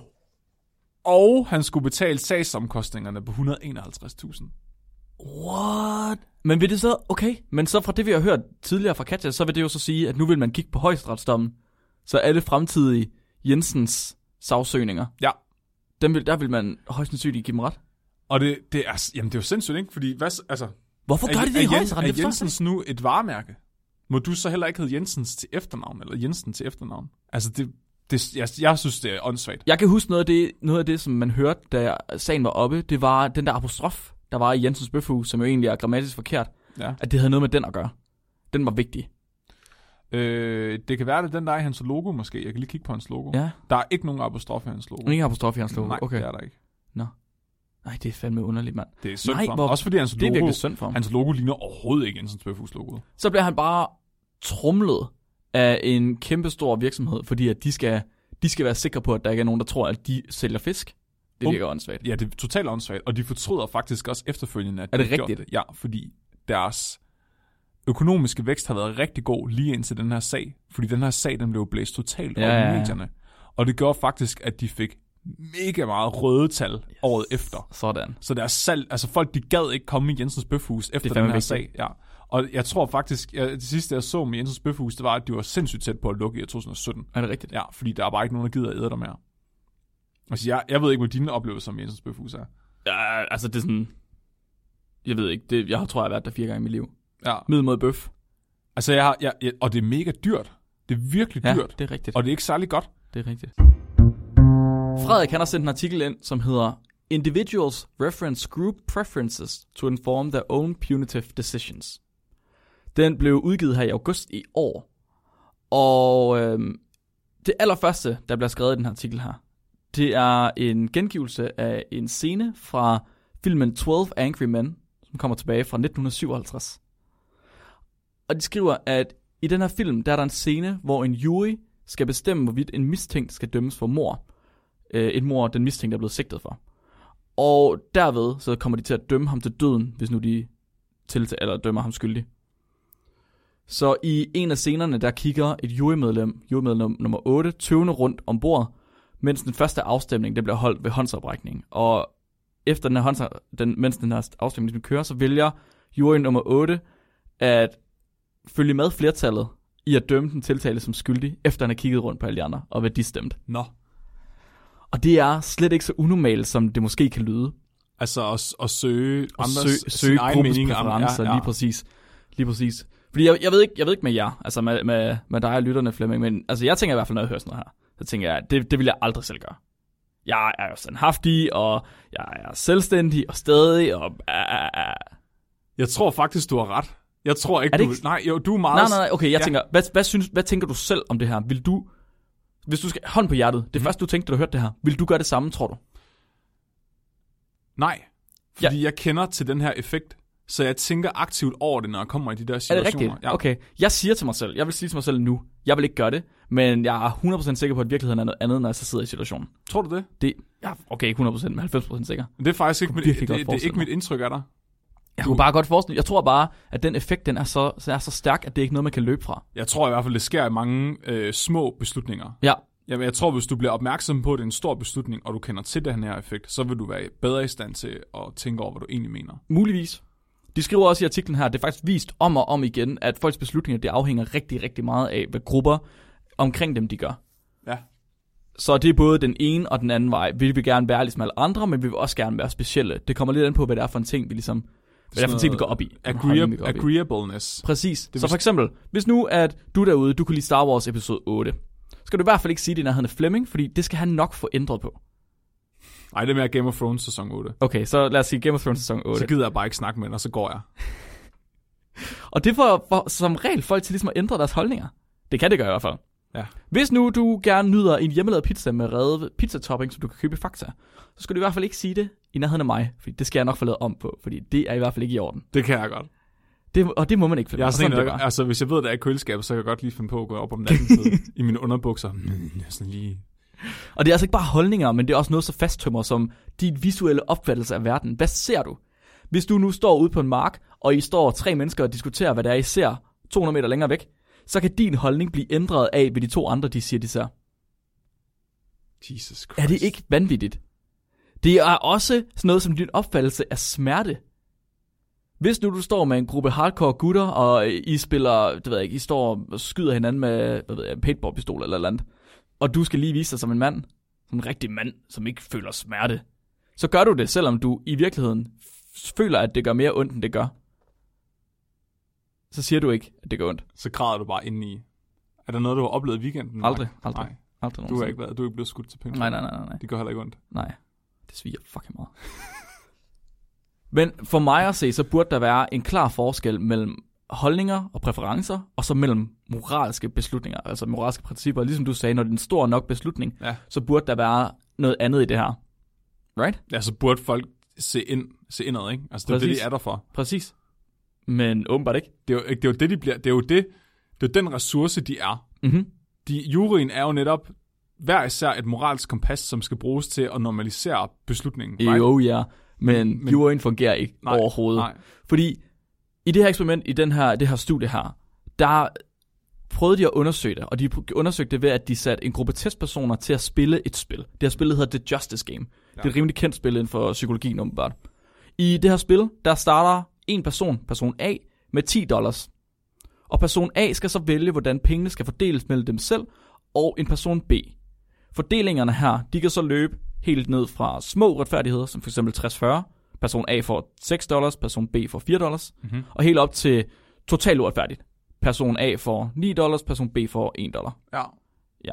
[SPEAKER 2] Og han skulle betale sagsomkostningerne på 151.000.
[SPEAKER 1] What? Men vil det så, okay, men så fra det, vi har hørt tidligere fra Katja, så vil det jo så sige, at nu vil man kigge på højesteretsdommen, så alle fremtidige Jensens sagsøgninger,
[SPEAKER 2] ja.
[SPEAKER 1] Der vil man højst sandsynligt give dem ret.
[SPEAKER 2] Og det er jo sindssygt, ikke? Fordi,
[SPEAKER 1] hvorfor gør de det i højesteret?
[SPEAKER 2] Er Jensens nu et varemærke? Må du så heller ikke hedde Jensens til efternavn, eller Jensen til efternavn? Altså, jeg synes, det er åndssvagt.
[SPEAKER 1] Jeg kan huske noget af det, som man hørte, da sagen var oppe, det var den der apostrof, der var i Jensens Bøfhus, som jo egentlig er grammatisk forkert, at det havde noget med den at gøre. Den var vigtig.
[SPEAKER 2] Det kan være, det den der er i hans logo måske. Jeg kan lige kigge på hans logo.
[SPEAKER 1] Ja.
[SPEAKER 2] Der er ikke nogen apostrof i hans logo.
[SPEAKER 1] Ingen apostrof i hans logo?
[SPEAKER 2] Nej,
[SPEAKER 1] okay.
[SPEAKER 2] Det er der ikke.
[SPEAKER 1] Nå. Nej, det er fandme underligt, mand.
[SPEAKER 2] Det er synd for ham. Også fordi
[SPEAKER 1] det er virkelig synd for ham.
[SPEAKER 2] Hans logo ligner overhovedet ikke Jensens Bøfhus logo.
[SPEAKER 1] Så bliver han bare tromlet af en kæmpestor virksomhed, fordi at de skal være sikre på, at der ikke er nogen, der tror, at de sælger fisk. Det virker åndssvagt.
[SPEAKER 2] Ja, det er totalt åndssvagt. Og de fortryder faktisk også efterfølgende, at
[SPEAKER 1] er det rigtigt?
[SPEAKER 2] Ja, fordi deres økonomiske vækst har været rigtig god lige indtil den her sag. Fordi den her sag, den blev blæst totalt over i medierne. Og det gjorde faktisk, at de fik mega meget røde tal året efter.
[SPEAKER 1] Sådan.
[SPEAKER 2] Så deres salg, altså folk, de gad ikke komme i Jensens Bøfhus efter den her sag. Ja. Og jeg tror faktisk, det sidste jeg så med Jensens Bøfhus, det var, at de var sindssygt tæt på at lukke i 2017.
[SPEAKER 1] Er det rigtigt?
[SPEAKER 2] Ja, fordi der er bare ikke nogen, der gider at æde der mere. Altså, jeg ved ikke, hvad dine oplevelser med Jensens Bøfhus er.
[SPEAKER 1] Ja, altså det er sådan, jeg ved ikke, jeg tror, jeg har været der 4 gange i mit liv.
[SPEAKER 2] Ja.
[SPEAKER 1] Middel mod bøf.
[SPEAKER 2] Altså, og det er mega dyrt. Det er virkelig dyrt.
[SPEAKER 1] Det er rigtigt.
[SPEAKER 2] Og det er ikke særlig godt.
[SPEAKER 1] Det er rigtigt. Frederik, han har sendt en artikel ind, som hedder Individuals reference group preferences to inform their own punitive decisions. Den blev udgivet her i august i år. Og det allerførste, der bliver skrevet i den her artikel her, det er en gengivelse af en scene fra filmen 12 Angry Men, som kommer tilbage fra 1957. Og de skriver, at i den her film, der er der en scene, hvor en jury skal bestemme, hvorvidt en mistænkt skal dømmes for mord. Et mord, den mistænkte er blevet sigtet for. Og derved, så kommer de til at dømme ham til døden, hvis nu de eller dømmer ham skyldig. Så i en af scenerne, der kigger et jurymedlem nummer 8, tøvende rundt om bordet, mens den første afstemning, det bliver holdt ved håndsoprækning. Og efter mens den her afstemning kører, så vælger jury nummer 8 at følge med flertallet i at dømme den tiltalte som skyldig, efter han har kigget rundt på alle de andre, og hvad de stemte.
[SPEAKER 2] Nå.
[SPEAKER 1] Og det er slet ikke så unormalt, som det måske kan lyde.
[SPEAKER 2] Altså at søge andres
[SPEAKER 1] søge gruppens præferencer, ja. Lige præcis. Fordi jeg ved ikke med jer, altså med dig og lytterne, Flemming, men altså jeg tænker i hvert fald, når jeg hører sådan noget her, så tænker jeg, det vil jeg aldrig selv gøre. Jeg er standhaftig, og jeg er selvstændig og stedig, og...
[SPEAKER 2] Jeg tror faktisk, du har ret. Jeg tror ikke, du... Nej, jo, du er meget...
[SPEAKER 1] Nej, okay, jeg tænker... Hvad tænker du selv om det her? Vil du... Hvis du skal... Hånd på hjertet. Det første, du tænkte, da du hørte det her. Vil du gøre det samme, tror du?
[SPEAKER 2] Nej. Fordi jeg kender til den her effekt, så jeg tænker aktivt over det, når jeg kommer i de der situationer.
[SPEAKER 1] Er det rigtigt? Ja. Okay. Jeg siger til mig selv, jeg vil sige til mig selv nu, jeg vil ikke gøre det, men jeg er 100% sikker på, at virkeligheden er noget andet, når jeg så sidder i situationen.
[SPEAKER 2] Tror du det?
[SPEAKER 1] Ja, okay, ikke 100%, men 90% sikker.
[SPEAKER 2] Det er faktisk ikke, det er ikke mit indtryk af dig.
[SPEAKER 1] Jeg kunne bare godt forestille. Jeg tror bare, at den effekt, den er så stærk, at det er ikke noget, man kan løbe fra.
[SPEAKER 2] Jeg tror i hvert fald, det sker i mange små beslutninger.
[SPEAKER 1] Ja.
[SPEAKER 2] Jamen, jeg tror, hvis du bliver opmærksom på, at det er en stor beslutning, og du kender til den her effekt, så vil du være bedre i stand til at tænke over, hvad du egentlig mener.
[SPEAKER 1] Muligvis. De skriver også i artiklen her, det er faktisk vist om og om igen, at folks beslutninger, det afhænger rigtig, rigtig meget af, hvad grupper omkring dem, de gør.
[SPEAKER 2] Ja.
[SPEAKER 1] Så det er både den ene og den anden vej. Vi vil gerne være ligesom alle andre, men vi vil også gerne være specielle. Det kommer lidt an på, hvad det er for en ting, vi ligesom... Hvad er for en ting, vi går op i?
[SPEAKER 2] Agreeableness.
[SPEAKER 1] Præcis. Så for eksempel, hvis nu at du derude, du kunne lide Star Wars episode 8, skal du i hvert fald ikke sige, at det er nærheden af Fleming, fordi det skal han nok få ændret på.
[SPEAKER 2] Nej, det er mere Game of Thrones sæson 8.
[SPEAKER 1] Okay, så lad os sige Game of Thrones sæson 8.
[SPEAKER 2] Så gider jeg bare ikke snakke med dig, og så går jeg. Og
[SPEAKER 1] det får som regel folk til ligesom at ændre deres holdninger. Det kan det gøre i hvert fald.
[SPEAKER 2] Ja.
[SPEAKER 1] Hvis nu du gerne nyder en hjemmelavet pizza med revet pizzatopping, som du kan købe i Fakta, så skal du i hvert fald ikke sige det i nærheden af mig, fordi det skal jeg nok få lavet om på, fordi det er i hvert fald ikke i orden.
[SPEAKER 2] Det kan jeg godt.
[SPEAKER 1] Og det må man ikke finde.
[SPEAKER 2] Jeg er sådan en, altså hvis jeg ved, der er i køleskabet, så kan jeg godt lige finde på at gå op om natten i mine underbukser. Sådan lige.
[SPEAKER 1] Og det er altså ikke bare holdninger, men det er også noget så fasttømmer som din visuelle opfattelse af verden. Hvad ser du? Hvis du nu står ude på en mark, og I står 3 mennesker og diskuterer, hvad det er, I ser 200 meter længere væk, så kan din holdning blive ændret af, hvad de 2 andre, de siger, de ser.
[SPEAKER 2] Jesus Christ.
[SPEAKER 1] Er det ikke vanvittigt? Det er også sådan noget som din opfattelse af smerte. Hvis nu du står med en gruppe hardcore gutter, og I spiller, det ved jeg ikke, I står og skyder hinanden med, en paintballpistol eller andet, og du skal lige vise dig som en mand, som en rigtig mand, som ikke føler smerte, så gør du det, selvom du i virkeligheden føler, at det gør mere ondt, end det gør. Så siger du ikke, at det gør ondt.
[SPEAKER 2] Så græder du bare indeni. Er der noget, du har oplevet i weekenden?
[SPEAKER 1] Aldrig.
[SPEAKER 2] Nej.
[SPEAKER 1] Aldrig
[SPEAKER 2] du er ikke blevet skudt til penge.
[SPEAKER 1] Nej.
[SPEAKER 2] Det gør heller ikke ondt.
[SPEAKER 1] Nej, det sviger fucking meget. Men for mig at se, så burde der være en klar forskel mellem holdninger og præferencer, og så mellem moralske beslutninger, altså moralske principper. Ligesom du sagde, når det er en stor nok beslutning, så burde der være noget andet i det her. Right?
[SPEAKER 2] Ja, så burde folk se indad, ikke? Altså det er det, de er der for.
[SPEAKER 1] Præcis. Men åbenbart ikke.
[SPEAKER 2] Det er jo det, de bliver. Det er jo den ressource, de er.
[SPEAKER 1] Mm-hmm.
[SPEAKER 2] Juryen er jo netop hver især et moralsk kompas, som skal bruges til at normalisere beslutningen.
[SPEAKER 1] Right? Jo, ja. Men juryen fungerer ikke overhovedet.
[SPEAKER 2] Nej.
[SPEAKER 1] Fordi i det her eksperiment, i det her studie her, der prøvede de at undersøge det, og de undersøgte det ved, at de satte en gruppe testpersoner til at spille et spil. Det her spil hedder The Justice Game. Ja. Det er et rimelig kendt spil inden for psykologien, åbenbart. I det her spil, der starter en person A, med $10. Og person A skal så vælge, hvordan pengene skal fordeles mellem dem selv og en person B. Fordelingerne her, de kan så løbe helt ned fra små retfærdigheder, som for eksempel 60-40. Person A får $6, person B får $4,
[SPEAKER 2] mm-hmm.
[SPEAKER 1] og helt op til totalt uretfærdigt. Person A får $9, person B får $1. Ja.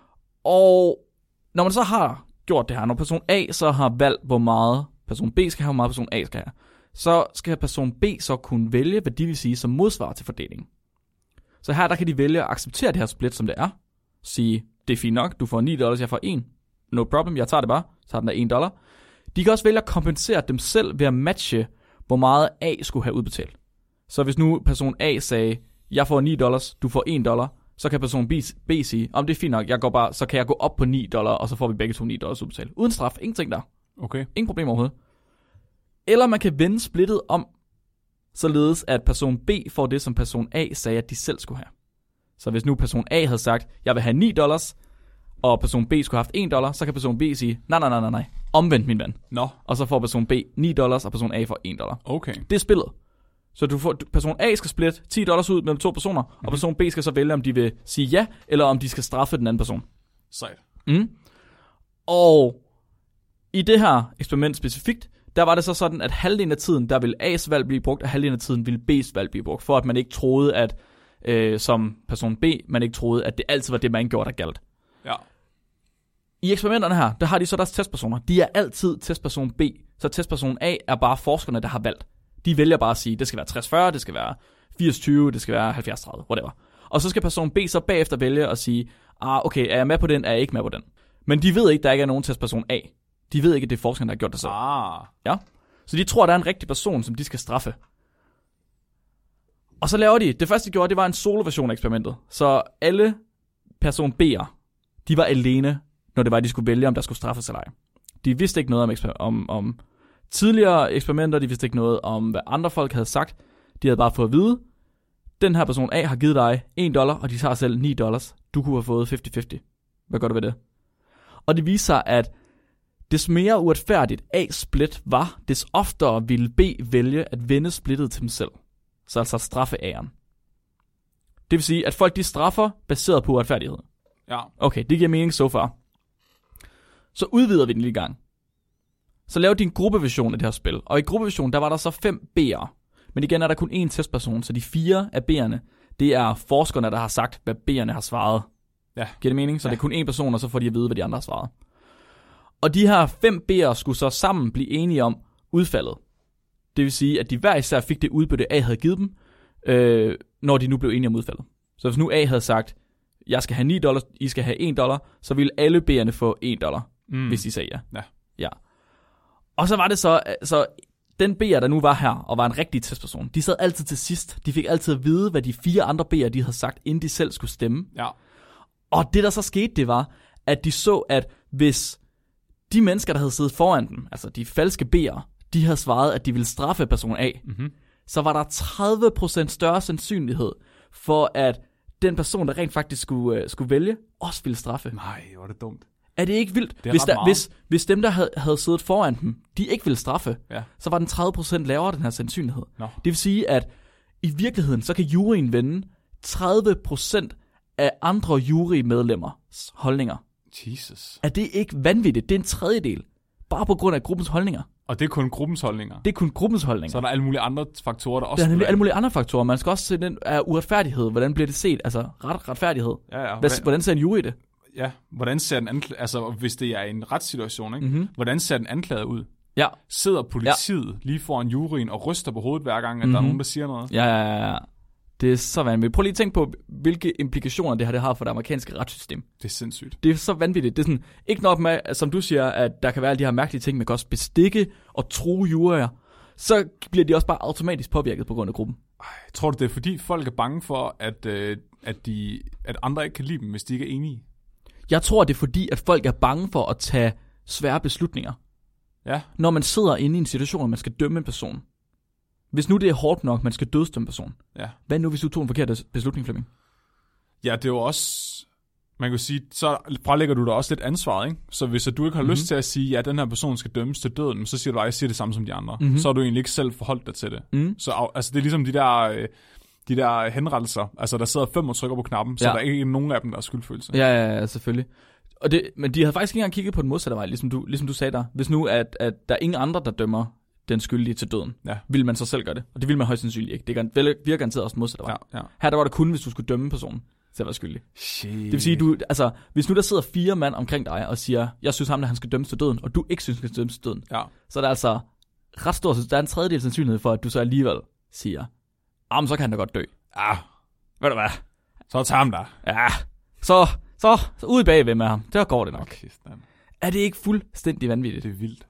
[SPEAKER 1] Og når man så har gjort det her, når person A så har valgt, hvor meget person B skal have, hvor meget person A skal have, så skal person B så kunne vælge, hvad de vil sige som modsvar til fordelingen. Så her der kan de vælge at acceptere det her split, som det er. Sige, det er fint nok, du får $9, jeg får 1. No problem, jeg tager det bare. Så tager den der $1. De kan også vælge at kompensere dem selv ved at matche, hvor meget A skulle have udbetalt. Så hvis nu person A sagde, jeg får $9, du får $1, så kan person B sige, om det er fint nok, så kan jeg gå op på $9, og så får vi begge to $9 udbetalt. Uden straf, ingenting der.
[SPEAKER 2] Okay.
[SPEAKER 1] Ingen problem overhovedet. Eller man kan vende splittet om, således at person B får det, som person A sagde, at de selv skulle have. Så hvis nu person A havde sagt, jeg vil have $9, og person B skulle have haft $1, så kan person B sige, nej, omvendt min ven.
[SPEAKER 2] No.
[SPEAKER 1] Og så får person B $9, og person A får $1.
[SPEAKER 2] Okay.
[SPEAKER 1] Det er spillet. Så person A skal splitte $10 ud mellem 2 personer, og person B skal så vælge, om de vil sige ja, eller om de skal straffe den anden person.
[SPEAKER 2] Sejt.
[SPEAKER 1] Og i det her eksperiment specifikt, der var det så sådan, at halvdelen af tiden, der ville A's valg blive brugt, og halvdelen af tiden ville B's valg blive brugt, for at man ikke troede, at som person B, man ikke troede, at det altid var det, man gjorde, der galt.
[SPEAKER 2] Ja.
[SPEAKER 1] I eksperimenterne her, der har de så deres testpersoner. De er altid testperson B. Så testperson A er bare forskerne, der har valgt. De vælger bare at sige, det skal være 60-40, det skal være 80-20, det skal være 70-30, whatever. Og så skal person B så bagefter vælge at sige, okay, er jeg med på den, er jeg ikke med på den. Men de ved ikke, der ikke er nogen testperson A. De ved ikke, at det er forskerne, der har gjort det selv. Ja. Så de tror, der er en rigtig person, som de skal straffe. Og så laver de, det første de gjorde, det var en solo-version af eksperimentet. Så alle person B'er, de var alene, når det var, at de skulle vælge, om der skulle straffes eller ej. De vidste ikke noget om tidligere eksperimenter, de vidste ikke noget om, hvad andre folk havde sagt. De havde bare fået at vide, den her person A har givet dig $1, og de tager selv $9. Du kunne have fået 50-50. Hvad gør du ved det? Og det viser sig, at des mere uretfærdigt A-split var, des oftere ville B vælge at vende splittet til dem selv. Så altså straffe A'eren. Det vil sige, at folk de straffer baseret på uretfærdighed.
[SPEAKER 2] Ja.
[SPEAKER 1] Okay, det giver mening so far. Så udvider vi den lige i gang. Så laver de en gruppeversion af det her spil. Og i gruppeversionen, der var der så 5 B'ere. Men igen er der kun én testperson, så de 4 af B'erne, det er forskerne, der har sagt, hvad B'erne har svaret.
[SPEAKER 2] Ja.
[SPEAKER 1] Giver det mening? Så det er kun én person, og så får de at vide, hvad de andre har svaret. Og de her 5 B'ere skulle så sammen blive enige om udfaldet. Det vil sige, at de hver især fik det udbytte, A havde givet dem, når de nu blev enige om udfaldet. Så hvis nu A havde sagt, jeg skal have $9, I skal have $1, så ville alle B'erne få $1, hvis de sagde ja. Ja. Og så var det så den B'er, der nu var her, og var en rigtig testperson, de sad altid til sidst. De fik altid at vide, hvad de 4 andre B'er, de havde sagt, inden de selv skulle stemme.
[SPEAKER 2] Ja.
[SPEAKER 1] Og det, der så skete, det var, at de så, at hvis de mennesker, der havde siddet foran dem, altså de falske B'er, de havde svaret, at de ville straffe person A, så var der 30% større sandsynlighed for, at den person, der rent faktisk skulle vælge, også ville straffe.
[SPEAKER 2] Nej, hvor er det dumt.
[SPEAKER 1] Er det ikke vildt? Hvis dem, der havde siddet foran dem, de ikke ville straffe, så var den 30% lavere, den her sandsynlighed.
[SPEAKER 2] No.
[SPEAKER 1] Det vil sige, at i virkeligheden, så kan juryen vende 30% af andre jurymedlemmers holdninger.
[SPEAKER 2] Jesus.
[SPEAKER 1] Er det ikke vanvittigt? Det er en tredjedel. Bare på grund af gruppens holdninger.
[SPEAKER 2] Og det er kun gruppens holdninger?
[SPEAKER 1] Det er kun gruppens holdninger.
[SPEAKER 2] Så er der alle mulige andre faktorer, der også...
[SPEAKER 1] Der er alle mulige andre faktorer. Man skal også se den af uretfærdighed. Hvordan bliver det set? Altså retfærdighed.
[SPEAKER 2] Ja.
[SPEAKER 1] Hvordan ser en jury det?
[SPEAKER 2] Ja, hvordan ser den anklagede... Altså, hvis det er en retssituation, ikke? Hvordan ser den anklagede ud?
[SPEAKER 1] Ja.
[SPEAKER 2] Sidder politiet lige foran juryen og ryster på hovedet hver gang, at der er nogen, der siger noget?
[SPEAKER 1] Ja. Det er så vanvittigt. Prøv lige at tænke på, hvilke implikationer det har for det amerikanske retssystem.
[SPEAKER 2] Det er sindssygt.
[SPEAKER 1] Det er så vanvittigt. Det er sådan, ikke nok med, som du siger, at der kan være alle de her mærkelige ting, man kan også bestikke og true juryer. Så bliver de også bare automatisk påvirket på grund af gruppen.
[SPEAKER 2] Tror du, det er fordi folk er bange for, at andre ikke kan lide dem, hvis de ikke er enige?
[SPEAKER 1] Jeg tror, det er fordi, at folk er bange for at tage svære beslutninger.
[SPEAKER 2] Ja.
[SPEAKER 1] Når man sidder inde i en situation, hvor man skal dømme en person. Hvis nu det er hårdt nok, man skal dødsdømme en person.
[SPEAKER 2] Ja.
[SPEAKER 1] Hvad nu, hvis du tog en forkert beslutning, Flemming?
[SPEAKER 2] Ja, det er jo også... Man kan sige, så frelægger du da også lidt ansvaret, ikke? Så hvis du ikke har lyst til at sige, ja, den her person skal dømmes til døden, så siger du, at jeg siger det samme som de andre. Så har du egentlig ikke selv forholdt dig til det. Så altså, det er ligesom de der henrettelser. Altså, der sidder 5 og trykker på knappen, så der er ikke nogen af dem, der er skyldfølelse.
[SPEAKER 1] Ja, selvfølgelig. Men de havde faktisk ikke engang kigget på den modsatte vej, ligesom du sagde der. Hvis nu, at der er ingen andre, der dømmer den skyldige til døden, vil man så selv gøre det. Og det vil man højst sandsynligt ikke. Det virker garanteret også modsatte vej.
[SPEAKER 2] Ja.
[SPEAKER 1] Her der var det kun, hvis du skulle dømme personen til at være skyldig.
[SPEAKER 2] Shit.
[SPEAKER 1] Det vil sige, hvis nu der sidder 4 mand omkring dig og siger, jeg synes ham, at han skal dømmes til døden, og du ikke synes, han skal dømmes til døden, så er der altså ret stor, der er en tredjedel sandsynlighed for, at du så alligevel siger, men så kan han da godt dø.
[SPEAKER 2] Ja.
[SPEAKER 1] Ved du hvad?
[SPEAKER 2] Så tager ham der.
[SPEAKER 1] Ja. Så ude bagved med ham. Der går det nok.
[SPEAKER 2] Okay,
[SPEAKER 1] er det ikke fuldstændig vanvittigt?
[SPEAKER 2] Det er vildt.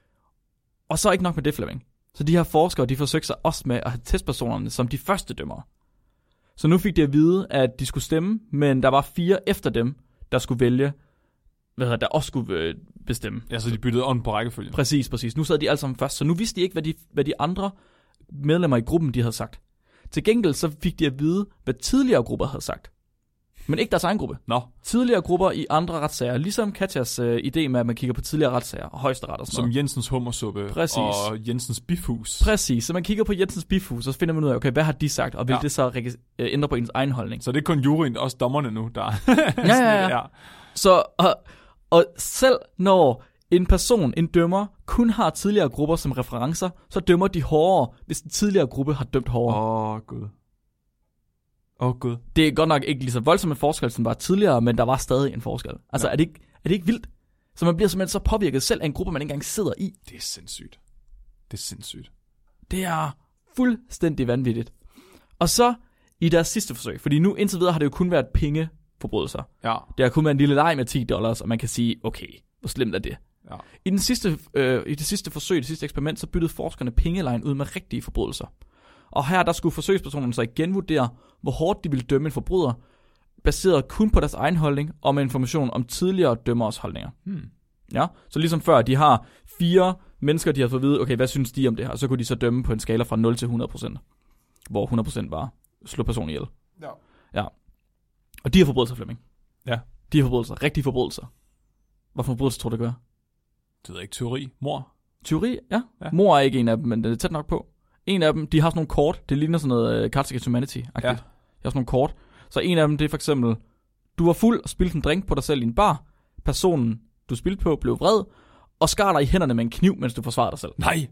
[SPEAKER 1] Og så ikke nok med det, Flemming. Så de her forskere, de forsøgte sig også med at have testpersonerne som de første dømmere. Så nu fik de at vide, at de skulle stemme, men der var 4 efter dem, der skulle vælge, der også skulle bestemme.
[SPEAKER 2] Ja, så de byttede on på rækkefølgen.
[SPEAKER 1] Præcis. Nu sad de alle sammen først, så nu vidste de ikke, hvad de andre medlemmer i gruppen, de havde sagt. Til gengæld så fik de at vide, hvad tidligere grupper havde sagt. Men ikke deres egen gruppe. Tidligere grupper i andre retssager. Ligesom Katjas idé med, at man kigger på tidligere retssager og højesteret og sådan noget.
[SPEAKER 2] Som Jensens hummersuppe og Jensens bifhus.
[SPEAKER 1] Præcis. Så man kigger på Jensens bifhus, og så finder man ud af, okay, hvad har de sagt, og vil det så ændre på ens egen holdning.
[SPEAKER 2] Så det er kun juryen, også dommerne nu, der
[SPEAKER 1] ja. Så, og selv når en dømmer, kun har tidligere grupper som referencer, så dømmer de hårdere, hvis den tidligere gruppe har dømt hårdere.
[SPEAKER 2] Gud.
[SPEAKER 1] Det er godt nok ikke lige så voldsom en forskel, som var tidligere, men der var stadig en forskel. Altså, er det ikke vildt? Så man bliver simpelthen så påvirket selv af en gruppe, man ikke engang sidder i.
[SPEAKER 2] Det er sindssygt.
[SPEAKER 1] Det er fuldstændig vanvittigt. Og så i deres sidste forsøg, fordi nu indtil videre har det jo kun været pengeforbrydelser.
[SPEAKER 2] Ja.
[SPEAKER 1] Det har kun været en lille leg med $10, og man kan sige, okay, hvor slemt er det?
[SPEAKER 2] Ja.
[SPEAKER 1] I det sidste forsøg, det sidste eksperiment, så byttede forskerne pengelejen ud med rigtige forbrydelser. Og her der skulle forsøgspersonerne så igen vurdere, hvor hårdt de ville dømme en forbryder, baseret kun på deres egen holdning, og med information om tidligere dømmeres holdninger. Ja, så ligesom før, de har 4 mennesker, de har fået at vide, okay, hvad synes de om det her? Så kunne de så dømme på en skala fra 0 til 100%, hvor 100% var slå personen ihjel. Ja. Og de har forbrydelser, Flemming.
[SPEAKER 2] Ja.
[SPEAKER 1] De har forbrydelser, rigtige forbrydelser. Hvad for forbrydelser tror du, det gør?
[SPEAKER 2] Det ved jeg ikke, teori, mor.
[SPEAKER 1] Teori, ja. Mor er ikke en af dem, men det er tæt nok på. En af dem, de har sådan nogle kort, det ligner sådan noget Cards Against Humanity-agtigt. Ja. De har sådan nogle kort. Så en af dem, det er for eksempel, du var fuld og spildte en drink på dig selv i en bar. Personen, du spildte på, blev vred, og skar dig i hænderne med en kniv, mens du forsvarede dig selv.
[SPEAKER 2] Nej!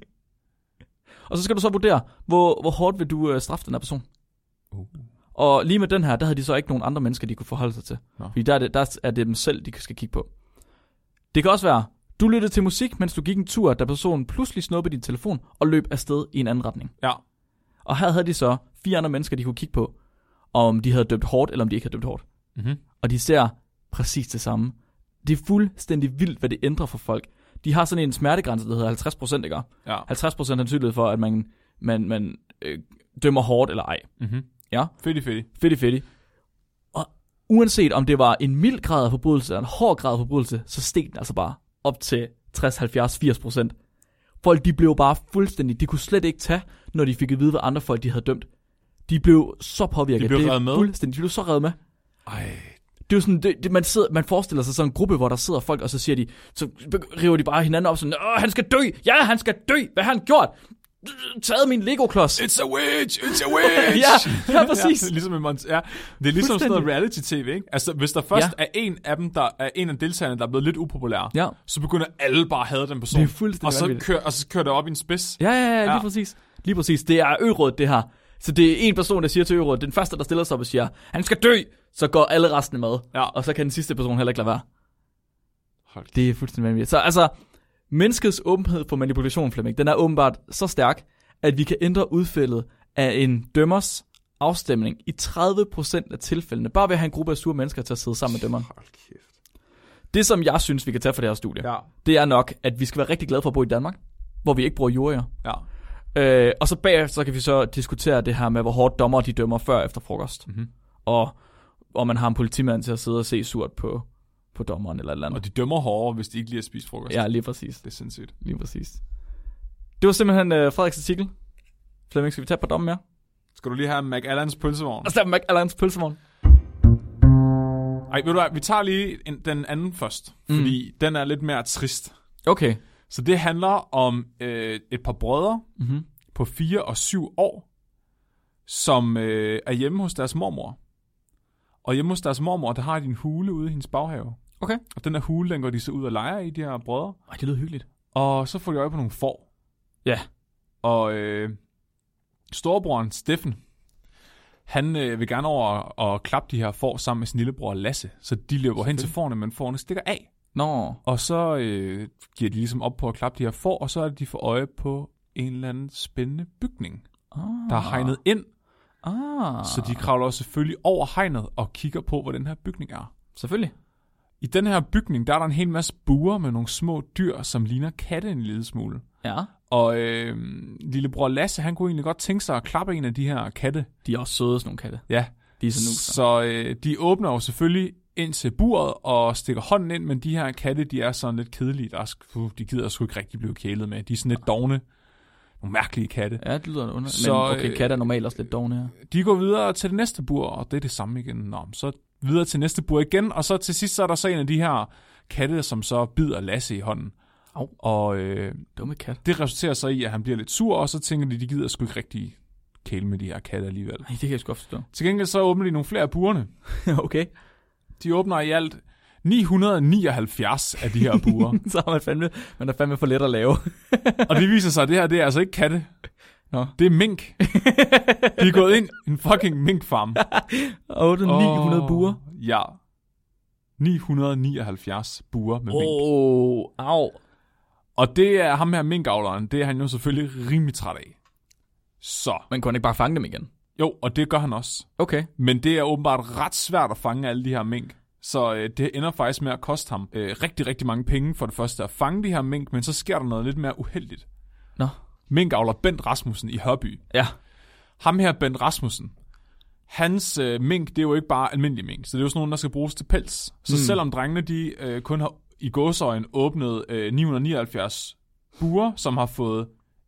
[SPEAKER 1] Og så skal du så vurdere, hvor hårdt vil du straffe den her person. Og lige med den her, der havde de så ikke nogen andre mennesker, de kunne forholde sig til. Fordi der er det dem selv, de skal kigge på. Det kan også være, du lyttede til musik, mens du gik en tur, da personen pludselig snuppede din telefon og løb afsted i en anden retning.
[SPEAKER 2] Ja.
[SPEAKER 1] Og her havde de så 4 andre mennesker, de kunne kigge på, om de havde dømt hårdt, eller om de ikke havde dømt hårdt.
[SPEAKER 2] Mm-hmm. Og
[SPEAKER 1] de ser præcis det samme. Det er fuldstændig vildt, hvad det ændrer for folk. De har sådan en smertegrænse, der hedder 50%, ikke?
[SPEAKER 2] Ja.
[SPEAKER 1] 50% sandsynlighed for, at man dømmer hårdt eller ej.
[SPEAKER 2] Mm-hmm.
[SPEAKER 1] Ja.
[SPEAKER 2] Fedt.
[SPEAKER 1] Og uanset om det var en mild grad af forbrydelse eller en hård grad af forbrydelse, så steg den altså bare op til 60, 70, 80%. Folk, de blev bare fuldstændig, de kunne slet ikke tage, når de fik at vide, hvad andre folk, de havde dømt. De blev så påvirket.
[SPEAKER 2] De blev revet med?
[SPEAKER 1] Fuldstændig, de blev så revet med.
[SPEAKER 2] Ej.
[SPEAKER 1] Det er jo sådan, man forestiller sig sådan en gruppe, hvor der sidder folk, og så siger de, så river de bare hinanden op sådan, han skal dø! Ja, han skal dø! Hvad har han gjort? Taget min Lego-klods.
[SPEAKER 2] It's a witch!
[SPEAKER 1] ja, præcis.
[SPEAKER 2] Det er ligesom det er ligesom sådan noget reality-tv, ikke? Altså, hvis der først er en af dem, der er en af deltagerne, der er blevet lidt upopulær, så begynder alle bare at hade den person.
[SPEAKER 1] Det er fuldstændig
[SPEAKER 2] og så kører det op i en spids.
[SPEAKER 1] Ja, lige præcis. Lige præcis. Det er ø-rådet, det her. Så det er en person, der siger til ø-rådet, den første, der stiller sig op og siger, han skal dø, så går alle resten med. Ja. Og så kan den sidste person heller ikke lade være. Det er fuldstændig vanvittigt. Så altså, menneskets åbenhed for manipulation, Flemming, den er åbenbart så stærk, at vi kan ændre udfaldet af en dømmers afstemning i 30% af tilfældene, bare ved at have en gruppe af sure mennesker til at sidde sammen med dømmeren. Det, som jeg synes, vi kan tage fra det her studie, det er nok, at vi skal være rigtig glade for at bo i Danmark, hvor vi ikke bruger jurier. Ja. Og så bagefter så kan vi så diskutere det her med, hvor hårdt dommer de dømmer før efter frokost. Mm-hmm. Og man har en politimand til at sidde og se surt på dommeren eller et eller andet.
[SPEAKER 2] Og de dømmer hårdere, hvis de ikke lige har spist frokost.
[SPEAKER 1] Ja, lige præcis.
[SPEAKER 2] Det er sindssygt.
[SPEAKER 1] Lige præcis. Det var simpelthen Frederiks artikel. Flemming, skal vi tage et par domme mere?
[SPEAKER 2] Skal du lige have McAllans pølsevogn?
[SPEAKER 1] Og så McAllans pølsevogn.
[SPEAKER 2] Ej, ved du hvad, vi tager lige den anden først, fordi den er lidt mere trist.
[SPEAKER 1] Okay.
[SPEAKER 2] Så det handler om et par brødre på 4 og 7 år, som er hjemme hos deres mormor. Og hjemme hos deres mormor, der har de en hule ude i hendes baghave.
[SPEAKER 1] Okay.
[SPEAKER 2] Og den her hule, den går de så ud og leger i, de her brødre.
[SPEAKER 1] Ej, det lyder hyggeligt.
[SPEAKER 2] Og så får de øje på nogle får.
[SPEAKER 1] Ja.
[SPEAKER 2] Og storebroren Steffen, han vil gerne over og klappe de her får sammen med sin lillebror Lasse. Så de løber hen til fårene, men fårene stikker af.
[SPEAKER 1] Nå.
[SPEAKER 2] Og så giver de ligesom op på at klappe de her får, og så er det, de får øje på en eller anden spændende bygning, der er hegnet ind. Så de kravler selvfølgelig over hegnet og kigger på, hvor den her bygning er.
[SPEAKER 1] Selvfølgelig.
[SPEAKER 2] I den her bygning, der er der en hel masse buer med nogle små dyr, som ligner katte en lille smule.
[SPEAKER 1] Ja.
[SPEAKER 2] Og lillebror Lasse, han kunne egentlig godt tænke sig at klappe en af de her katte.
[SPEAKER 1] De er også søde, sådan nogle katte.
[SPEAKER 2] Ja.
[SPEAKER 1] De er så
[SPEAKER 2] så de åbner jo selvfølgelig ind til buret og stikker hånden ind, men de her katte, de er sådan lidt kedelige. De gider sgu ikke rigtig blive kælet med. De er sådan lidt dovne. Nogle mærkelige katte.
[SPEAKER 1] Ja, det lyder underligt. Men okay, katte er normalt også lidt dovne her.
[SPEAKER 2] De går videre til det næste bur, og det er det samme igen. Nå, så videre til næste bur igen, og så til sidst så er der så en af de her katte, som så bider Lasse i hånden. Og
[SPEAKER 1] dumme kat.
[SPEAKER 2] Det resulterer så i, at han bliver lidt sur, og så tænker de gider sgu ikke rigtig kæle med de her katte alligevel.
[SPEAKER 1] Nej, det kan jeg sgu godt forstå.
[SPEAKER 2] Til gengæld så åbner de nogle flere af burene.
[SPEAKER 1] Okay.
[SPEAKER 2] De åbner i alt 979 af de her buer.
[SPEAKER 1] Så har man er fandme for let at lave.
[SPEAKER 2] Og det viser sig, at det her, det er altså ikke katte.
[SPEAKER 1] Nå.
[SPEAKER 2] Det er mink. De er gået ind i en fucking minkfarm.
[SPEAKER 1] 800-900 buer.
[SPEAKER 2] Ja. 979 buer med mink.
[SPEAKER 1] Au.
[SPEAKER 2] Og det er ham her minkavleren, det er han jo selvfølgelig rimelig træt af. Så.
[SPEAKER 1] Men kunne han ikke bare fange dem igen?
[SPEAKER 2] Jo, og det gør han også.
[SPEAKER 1] Okay.
[SPEAKER 2] Men det er åbenbart ret svært at fange alle de her mink. Så det ender faktisk med at koste ham rigtig, rigtig mange penge for det første at fange de her mink, men så sker der noget lidt mere uheldigt.
[SPEAKER 1] Nå.
[SPEAKER 2] Minkavler Bent Rasmussen i Hørby.
[SPEAKER 1] Ja.
[SPEAKER 2] Ham her, Bent Rasmussen, hans mink, det er jo ikke bare almindelig mink, så det er jo sådan nogle, der skal bruges til pels. Så selvom drengene, de kun har i gåseøjen åbnet 979 buer, som har fået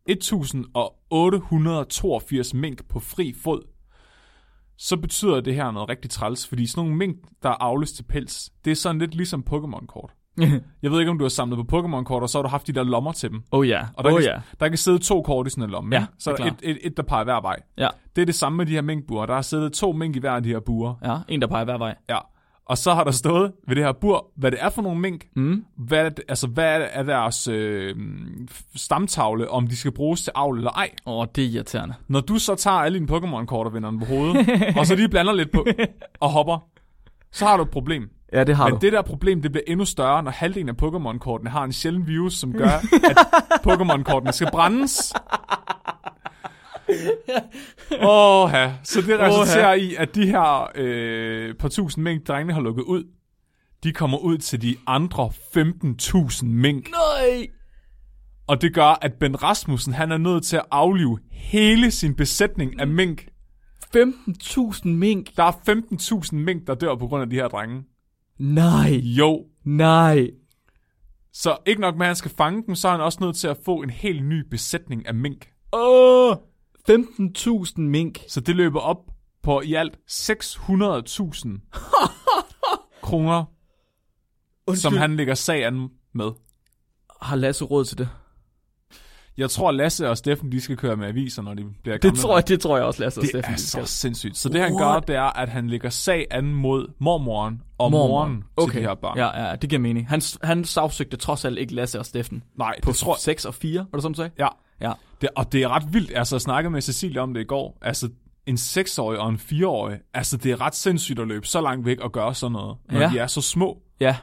[SPEAKER 2] 1882 mink på fri fod, så betyder det her noget rigtig træls, fordi sådan nogle mink, der avles til pels, det er sådan lidt ligesom Pokémon-kort. Jeg ved ikke, om du har samlet på Pokémon-kort, og så har du haft de der lommer til dem.
[SPEAKER 1] Oh ja.
[SPEAKER 2] Og der kan sidde 2 kort i sådan en lomme.
[SPEAKER 1] Ja,
[SPEAKER 2] så er der et, der peger hver vej.
[SPEAKER 1] Ja.
[SPEAKER 2] Det er det samme med de her minkbuer. Der har siddet 2 mink i hver af de her buer.
[SPEAKER 1] Ja, en der peger hver vej.
[SPEAKER 2] Ja. Og så har der stået ved det her bur, hvad det er for nogle mink, hvad er deres stamtavle, om de skal bruges til avl eller ej.
[SPEAKER 1] Det er irriterende.
[SPEAKER 2] Når du så tager alle dine Pokémon-kort og vender den på hovedet, og så lige blander lidt på og hopper, så har du et problem.
[SPEAKER 1] Ja, det har du.
[SPEAKER 2] Men det der problem, det bliver endnu større, når halvdelen af Pokémon-kortene har en sjælden virus, som gør, at Pokémon-kortene skal brændes. Så det resulterer i, at de her par tusind mink, drengene har lukket ud, de kommer ud til de andre 15.000 mink.
[SPEAKER 1] Nej!
[SPEAKER 2] Og det gør, at Bent Rasmussen, han er nødt til at aflive hele sin besætning af mink.
[SPEAKER 1] 15.000 mink?
[SPEAKER 2] Der er 15.000 mink, der dør på grund af de her drenge.
[SPEAKER 1] Nej.
[SPEAKER 2] Jo.
[SPEAKER 1] Nej.
[SPEAKER 2] Så ikke nok med, at han skal fange dem, så er han også nødt til at få en helt ny besætning af mink.
[SPEAKER 1] 15.000 mink.
[SPEAKER 2] Så det løber op på i alt 600.000 kroner, som han lægger sag an med.
[SPEAKER 1] Har Lasse råd til det?
[SPEAKER 2] Jeg tror, Lasse og Steffen, de skal køre med aviser, når de bliver gamle.
[SPEAKER 1] Det tror jeg også, Lasse og Steffen.
[SPEAKER 2] Det er så sindssygt. Så det han gør, det er, at han lægger sag an mod mormoren og moren til de her børn.
[SPEAKER 1] Ja, det giver mening. Han sagsøgte trods alt ikke Lasse og Steffen.
[SPEAKER 2] Nej,
[SPEAKER 1] på 6 og 4, var det sådan, du sagde?
[SPEAKER 2] Ja. Og det er ret vildt. Altså, jeg snakkede med Cecilie om det i går. Altså, en 6-årig og en 4-årig. Altså, det er ret sindssygt at løbe så langt væk og gøre sådan noget, når de er så små.
[SPEAKER 1] Ja.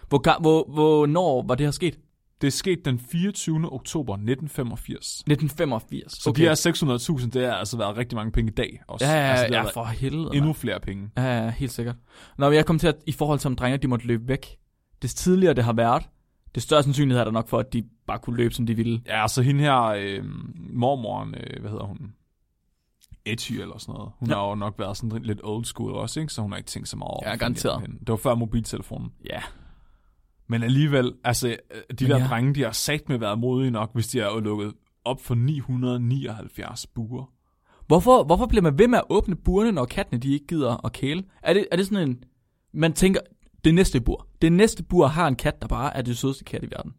[SPEAKER 1] Hvornår var det her sket?
[SPEAKER 2] Det er sket den 24. oktober 1985.
[SPEAKER 1] 1985.
[SPEAKER 2] Så de her 600.000, det har altså været rigtig mange penge i dag også.
[SPEAKER 1] Ja, for helvede.
[SPEAKER 2] Endnu flere penge.
[SPEAKER 1] Ja, helt sikkert. Men jeg kom til at, i forhold til, om drenge, de måtte løbe væk. Des tidligere det har været, det større sandsynlighed er der nok for, at de bare kunne løbe, som de ville.
[SPEAKER 2] Ja, så hende her, mormoren, hvad hedder hun? Etty eller sådan noget. Hun har jo nok været sådan lidt old school også, ikke? Så hun har ikke tænkt så meget over.
[SPEAKER 1] Ja, garanteret.
[SPEAKER 2] Det var før mobiltelefonen.
[SPEAKER 1] Ja.
[SPEAKER 2] Men alligevel, altså, de der drenge, de har sagt med været modige nok, hvis de har lukket op for 979 buer.
[SPEAKER 1] Hvorfor bliver man ved med at åbne burene, når kattene, de ikke gider at kæle? Er det sådan en... Man tænker, det næste bur har en kat, der bare er det sødeste kat i verden.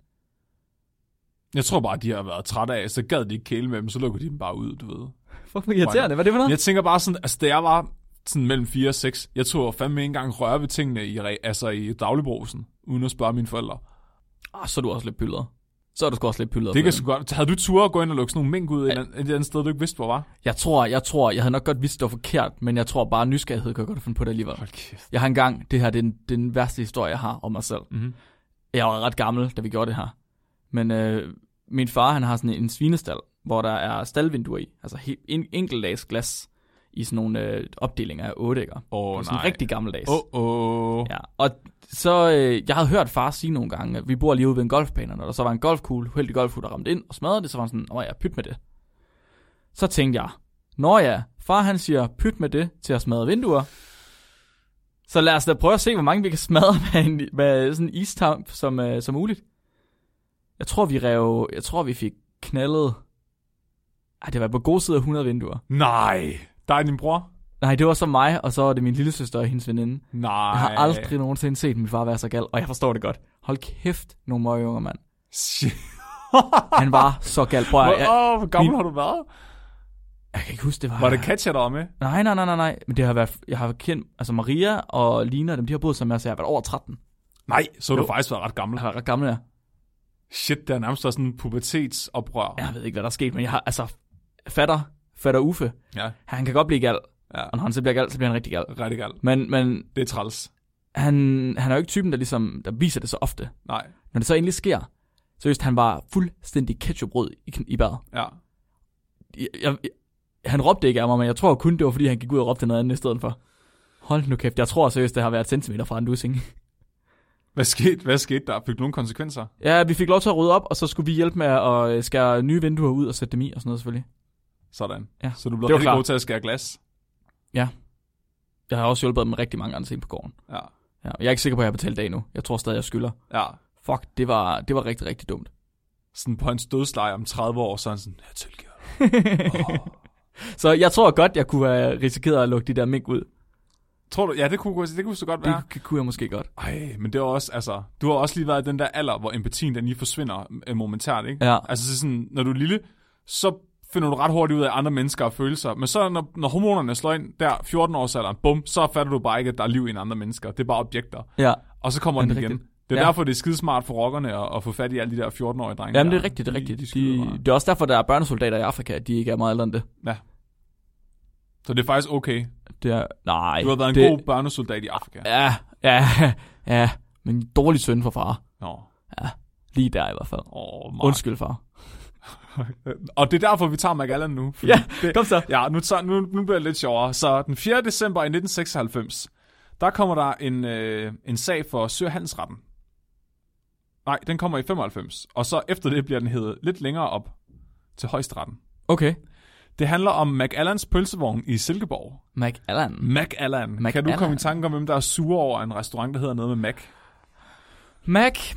[SPEAKER 2] Jeg tror bare, de har været trætte af, så gad de ikke kæle med dem, så lukker de dem bare ud, du ved.
[SPEAKER 1] Hvorfor irriterende? Hvad er det for noget?
[SPEAKER 2] Jeg tænker bare sådan, altså da jeg var sådan mellem 4 og 6, jeg tror fandme ikke engang røre ved tingene i dagligbrusen, uden at spørge mine forældre.
[SPEAKER 1] Så er du også lidt pylder. Så er du sgu også lidt pylder.
[SPEAKER 2] Det kan sgu godt. Havde du tur at gå ind og lukke sådan nogle mink ud et andet sted, du ikke vidste, hvor var?
[SPEAKER 1] Jeg tror, jeg havde nok godt vidst, det var forkert, men jeg tror bare, nysgerrighed kan godt finde på det alligevel. Jeg har engang, det her, det er den værste historie, jeg har om mig selv. Mm-hmm. Jeg var ret gammel, da vi gjorde det her. Men min far, han har sådan en svinestal, hvor der er staldvinduer i, altså enkeltdags glas i sådan nogle opdelinger af 8 ægger. Sådan rigtig gammeldags. Ja, og så, jeg havde hørt far sige nogle gange, at vi bor lige ude ved en golfbane, og når der så var en golfkugle, uheldig golfkugle, der ramte ind og smadrede det, så var han sådan, pyt med det. Så tænkte jeg, far han siger, pyt med det til at smadre vinduer. Så lad os da prøve at se, hvor mange vi kan smadre med sådan en istamp som muligt. Jeg tror vi fik knaldet, det var på god side af 100 vinduer.
[SPEAKER 2] Nej, der er din bror?
[SPEAKER 1] Nej, det var så mig, og så var det min lillesøster og hendes veninde.
[SPEAKER 2] Nej.
[SPEAKER 1] Jeg har aldrig nogensinde set min far være så gal, og jeg forstår det godt. Hold kæft, nogle møgunger, mand. Han var så gal.
[SPEAKER 2] Hvor gammel har du været?
[SPEAKER 1] Jeg kan ikke huske, det var...
[SPEAKER 2] Var det Katja, der var med?
[SPEAKER 1] Nej. Men det har været... Jeg har kendt... Altså Maria og Lina, de har boet sammen med os, jeg har været over 13.
[SPEAKER 2] Nej, så har du faktisk været ret gammel.
[SPEAKER 1] Jeg har været ret gammel, ja.
[SPEAKER 2] Shit, der er nærmest sådan en pubertetsoprør.
[SPEAKER 1] Jeg ved ikke, hvad der er sket, men jeg har... Altså, fatter Uffe.
[SPEAKER 2] Ja.
[SPEAKER 1] Han kan godt blive gal. Ja. Og når han så bliver gal, så bliver han rigtig gal.
[SPEAKER 2] Rigtig gal.
[SPEAKER 1] Men
[SPEAKER 2] det er træls.
[SPEAKER 1] han er jo ikke typen, der viser det så ofte.
[SPEAKER 2] Nej.
[SPEAKER 1] Når det så endelig sker, seriøst, han var fuldstændig ketchup-rød i badet.
[SPEAKER 2] Ja.
[SPEAKER 1] Han råbte ikke af mig, men jeg tror kun, det var, fordi han gik ud og råbte noget andet i stedet for. Hold nu kæft, jeg tror seriøst, det har været centimeter fra en lussing.
[SPEAKER 2] Hvad skete der? Fik du nogle konsekvenser?
[SPEAKER 1] Ja, vi fik lov til at rydde op, og så skulle vi hjælpe med at skære nye vinduer ud og sætte dem i og sådan noget selvfølgelig.
[SPEAKER 2] Sådan.
[SPEAKER 1] Ja.
[SPEAKER 2] Så du blev rigtig god til at skære glas?
[SPEAKER 1] Ja. Jeg har også hjulpet med rigtig mange andre ting på gården.
[SPEAKER 2] Ja.
[SPEAKER 1] Jeg er ikke sikker på, at jeg har betalt af nu. Jeg tror stadig, jeg skylder.
[SPEAKER 2] Ja.
[SPEAKER 1] Fuck, det var rigtig, rigtig dumt.
[SPEAKER 2] Sådan på hans dødsleje om 30 år, så er han sådan, jeg tilgiver.
[SPEAKER 1] Så jeg tror godt, jeg kunne have risikeret at lukke de der mink ud.
[SPEAKER 2] Tror du? Ja, det kunne så godt være.
[SPEAKER 1] Det kunne jeg måske godt.
[SPEAKER 2] Ej, men det var også, altså, du har også lige været i den der alder, hvor empatien den lige forsvinder momentært, ikke?
[SPEAKER 1] Ja.
[SPEAKER 2] Altså sådan, når du er lille, så finder du ret hurtigt ud af andre mennesker og følelser. Men så når hormonerne slår ind der 14-årsalderen, bum, så fatter du bare ikke, at der er liv i andre mennesker. Det er bare objekter.
[SPEAKER 1] Ja.
[SPEAKER 2] Og så kommer den igen. Rigtigt. Det er derfor, det er skidesmart for rockerne at få fat i alle de der 14-årige drenge.
[SPEAKER 1] Jamen, det er rigtigt, det er rigtigt. Det er også derfor, der er børnesoldater i Afrika, at de ikke er meget ældre end det.
[SPEAKER 2] Ja. Så det er faktisk okay.
[SPEAKER 1] Det er, nej.
[SPEAKER 2] Du har været en god børnesoldat i Afrika.
[SPEAKER 1] Ja. Men en dårlig søn for far.
[SPEAKER 2] Nå.
[SPEAKER 1] Ja, lige der i hvert fald. Undskyld, far.
[SPEAKER 2] Og det er derfor, vi tager McAllen nu.
[SPEAKER 1] Ja, kom så.
[SPEAKER 2] Ja, nu bliver det lidt sjovere. Så den 4. december i 1996, der kommer der en sag for Sø- og Handelsretten. Nej, den kommer i 95. Og så efter det bliver den heddet lidt længere op til Højesteretten.
[SPEAKER 1] Okay.
[SPEAKER 2] Det handler om McAllens pølsevogn i Silkeborg.
[SPEAKER 1] McAllen.
[SPEAKER 2] Kan du komme i tanke om, hvem der er sure over en restaurant, der hedder noget med Mac?
[SPEAKER 1] Mac.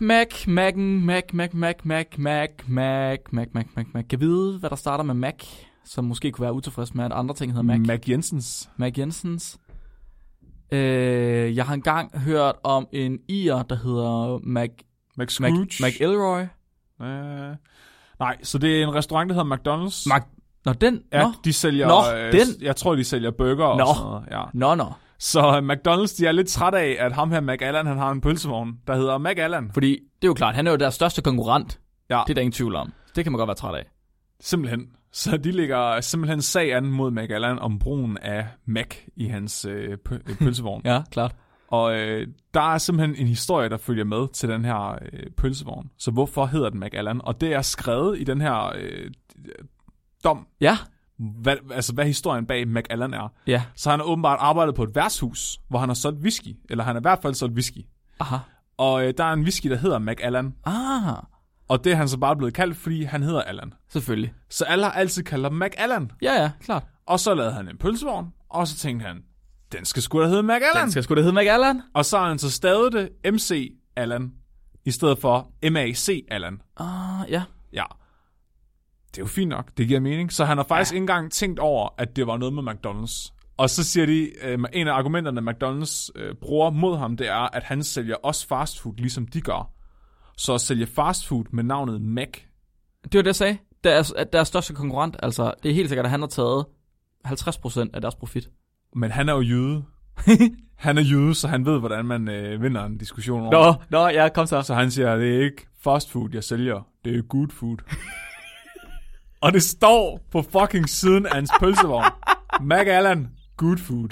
[SPEAKER 1] Kan vide, hvad der starter med Mac, som måske kunne være utilfreds med, at andre ting hedder Mac.
[SPEAKER 2] Mac Jensens.
[SPEAKER 1] Jeg har engang hørt om en irer, der hedder Mac Elroy.
[SPEAKER 2] Nej, så det er en restaurant, der hedder McDonald's.
[SPEAKER 1] De
[SPEAKER 2] sælger... Jeg tror, de sælger burger og sådan noget. Ja. Så McDonald's, de er lidt træt af, at ham her McAllen, han har en pølsevogn, der hedder McAllen.
[SPEAKER 1] Fordi det er jo klart, han er jo deres største konkurrent.
[SPEAKER 2] Ja.
[SPEAKER 1] Det er der ingen tvivl om. Det kan man godt være træt af.
[SPEAKER 2] Simpelthen. Så de lægger simpelthen sag an mod McAllen om brugen af Mac i hans pølsevogn.
[SPEAKER 1] Ja, klart.
[SPEAKER 2] Og der er simpelthen en historie, der følger med til den her pølsevogn. Så hvorfor hedder den McAllen? Og det er skrevet i den her dom.
[SPEAKER 1] Ja.
[SPEAKER 2] Hvad historien bag McAllen er.
[SPEAKER 1] Ja.
[SPEAKER 2] Så han har åbenbart arbejdet på et værtshus, hvor han har solgt whisky. Eller han har i hvert fald solgt whisky.
[SPEAKER 1] Aha.
[SPEAKER 2] Og der er en whisky, der hedder McAllen.
[SPEAKER 1] Ah.
[SPEAKER 2] Og det er han så bare blevet kaldt, fordi han hedder Allan.
[SPEAKER 1] Selvfølgelig.
[SPEAKER 2] Så alle har altid kaldt ham McAllen.
[SPEAKER 1] Ja, klart.
[SPEAKER 2] Og så lavede han en pølsevogn, og så tænkte han, den skal sgu da hedde McAllen. Og så har han så stavet det MC Allan, i stedet for MAC Allan.
[SPEAKER 1] Ja.
[SPEAKER 2] Ja. Det er jo fint nok, det giver mening. Så han har faktisk ikke engang tænkt over, at det var noget med McDonald's. Og så siger de, en af argumenterne, McDonald's bruger mod ham, det er, at han sælger også fastfood, ligesom de gør. Så at sælge fastfood med navnet Mac.
[SPEAKER 1] Det var det, jeg sagde. Deres største konkurrent, altså, det er helt sikkert, at han har taget 50% af deres profit.
[SPEAKER 2] Men han er jo jøde. Han er jøde, så han ved, hvordan man vinder en diskussion over.
[SPEAKER 1] Nå, ja, kom så.
[SPEAKER 2] Så han siger, det er ikke fastfood, jeg sælger. Det er good food. Og det står på fucking siden af hans pølsevogn. McAllen, good food.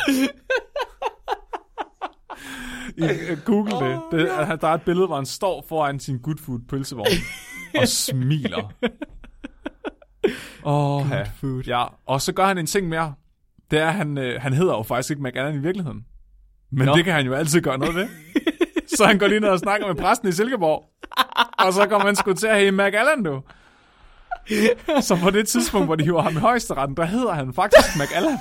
[SPEAKER 2] Google det. Der er et billede, hvor han står foran sin good food pølsevogn og smiler. Good food. Ja, og så gør han en ting mere. Det er, han hedder jo faktisk ikke McAllen i virkeligheden. Men det kan han jo altid gøre noget ved. Så han går lige ned og snakker med præsten i Silkeborg. Og så kommer han sgu til at have McAllen, du. Så på det tidspunkt, hvor de hiver ham i Højesteretten, der hedder han faktisk McAllen.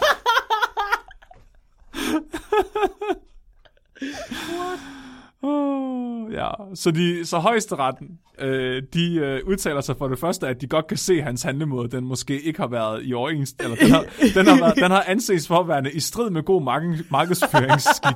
[SPEAKER 2] Ja, så Højesteretten, de udtaler sig for det første, at de godt kan se, at hans handlemåde, den måske ikke har været i overensstemmelse, eller den har anses for at være i strid med god markedsføringsskik.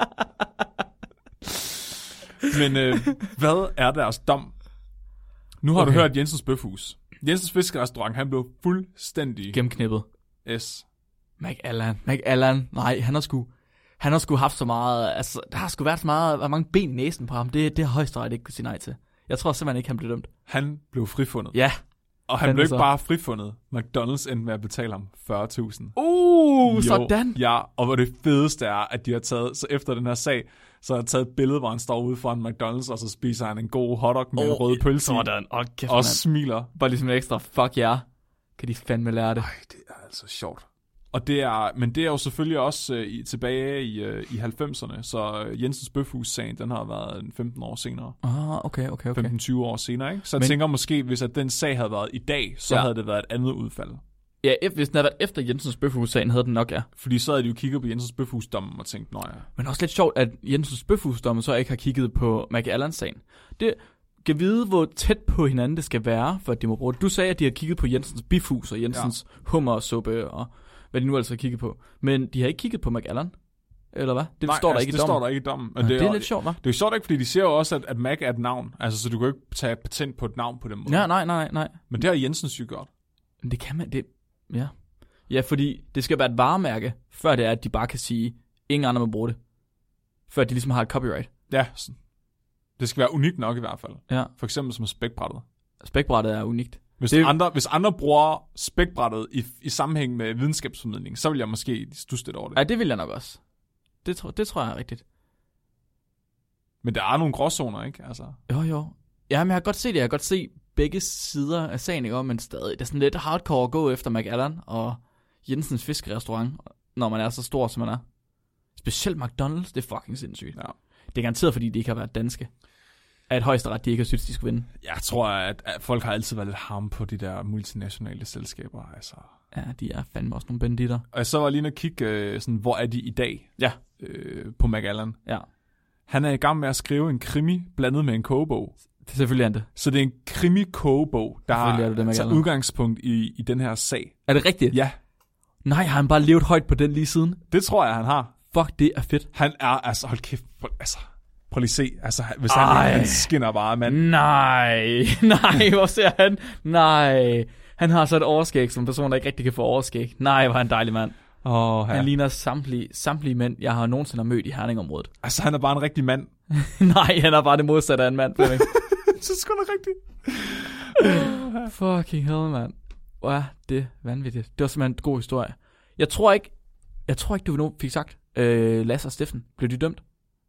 [SPEAKER 2] Men hvad er deres dom? Nu har du hørt Jensens Bøfhus. Jensens Fiskerestaurant, han blev fuldstændig
[SPEAKER 1] gennemknippet.
[SPEAKER 2] Yes.
[SPEAKER 1] McAllen. Nej, han har sgu haft så meget, altså, der har sgu været så mange ben i næsen på ham. Det har Højesteret ikke kunne sige nej til. Jeg tror simpelthen ikke, han blev dømt.
[SPEAKER 2] Han blev frifundet.
[SPEAKER 1] Ja.
[SPEAKER 2] Og han blev ikke bare frifundet. McDonald's endte med at betale ham 40.000.
[SPEAKER 1] Sådan.
[SPEAKER 2] Ja, og det fedeste er, at de har taget, så efter den her sag, så har taget et billede, hvor han står ude foran McDonald's, og så spiser han en god hotdog med en rød pølse
[SPEAKER 1] sådan. Kæft,
[SPEAKER 2] og smiler.
[SPEAKER 1] Bare ligesom en ekstra, fuck ja. Kan de fandme lære det.
[SPEAKER 2] Ej, det er altså sjovt. Og men det er jo selvfølgelig også tilbage i 90'erne, så Jensens Bøfhus-sagen, den har været 15 år senere.
[SPEAKER 1] Okay.
[SPEAKER 2] 15-20 år senere, ikke? Så jeg tænker måske, hvis at den sag havde været i dag, så havde det været et andet udfald.
[SPEAKER 1] Ja, hvis den havde været efter Jensens Bøfhus-sagen, havde den nok, ja.
[SPEAKER 2] Fordi så havde de jo kigget på Jensens Bøfhus-dommen og tænkt, ja.
[SPEAKER 1] Men også lidt sjovt, at Jensens Bøfhus-dommen så ikke har kigget på McAllans-sagen. Det kan vide, hvor tæt på hinanden det skal være, for at de må bruge det. Du sagde, at de har kigget på Jensens Bifhus og Jensens hummersuppe og hvad de nu altså har kigget på. Men de har ikke kigget på McAllen, eller hvad? Det står der ikke i dommen.
[SPEAKER 2] Det står der ikke i dommen.
[SPEAKER 1] Men det er lidt sjovt, hva'?
[SPEAKER 2] Det er sjovt ikke, fordi de siger jo også, at Mac er et navn. Altså, så du kan jo ikke tage patent på et navn på den måde.
[SPEAKER 1] Ja, nej.
[SPEAKER 2] Men det har Jensens jo gjort.
[SPEAKER 1] Men det kan man, det... Ja. Ja, fordi det skal være et varemærke, før det er, at de bare kan sige, ingen andre må bruge det. Før de ligesom har et copyright.
[SPEAKER 2] Ja, det skal være unikt nok i hvert fald.
[SPEAKER 1] Ja.
[SPEAKER 2] For eksempel som spækbrættet.
[SPEAKER 1] Spækbrættet er unikt.
[SPEAKER 2] Hvis andre bruger spækbrættet i sammenhæng med videnskabsformidling, så vil jeg måske stusse lidt over det.
[SPEAKER 1] Ja, det vil jeg nok også. Det tror jeg er rigtigt.
[SPEAKER 2] Men der er nogle gråzoner, ikke? Altså.
[SPEAKER 1] Jo. Ja, men jeg har godt set det. Jeg har godt set begge sider af sagen, ikke? Men stadig. Det er sådan lidt hardcore at gå efter McAllen og Jensens Fiskerestaurant, når man er så stor, som man er. Specielt McDonald's, det er fucking sindssygt. Ja. Det er garanteret, fordi de ikke har været danske. At højesteret, de ikke har synes, de skulle vinde.
[SPEAKER 2] Jeg tror, at folk har altid været lidt harme på de der multinationale selskaber. Altså.
[SPEAKER 1] Ja, de er fandme også nogle banditter.
[SPEAKER 2] Og så var lige at kigge, sådan, hvor er de i dag?
[SPEAKER 1] Ja.
[SPEAKER 2] På McAllen.
[SPEAKER 1] Ja.
[SPEAKER 2] Han er i gang med at skrive en krimi blandet med en kogebog.
[SPEAKER 1] Det er selvfølgelig han det.
[SPEAKER 2] Så det er en krimi-kogebog, der har taget udgangspunkt i den her sag.
[SPEAKER 1] Er det rigtigt?
[SPEAKER 2] Ja.
[SPEAKER 1] Nej, har han bare levet højt på den lige siden?
[SPEAKER 2] Det tror jeg, han har.
[SPEAKER 1] Fuck, det er fedt.
[SPEAKER 2] Han er, altså, hold kæft, altså... Prøv lige at se, altså, hvis han skinner bare, mand.
[SPEAKER 1] Nej, hvor ser han? Nej, han har så et overskæg, som person, der ikke rigtig kan få overskæg. Nej, hvor er han en dejlig mand. Han ligner samtlige mænd, jeg har nogensinde mødt i Herningområdet.
[SPEAKER 2] Altså, han er bare en rigtig mand.
[SPEAKER 1] Nej, han er bare det modsatte af en mand, Flemming.
[SPEAKER 2] Så sgu da rigtigt.
[SPEAKER 1] Fucking hell, mand. Hvor er det vanvittigt. Det var simpelthen en god historie. Jeg tror ikke, du nu fik sagt, Lasse og Steffen, blev de dømt?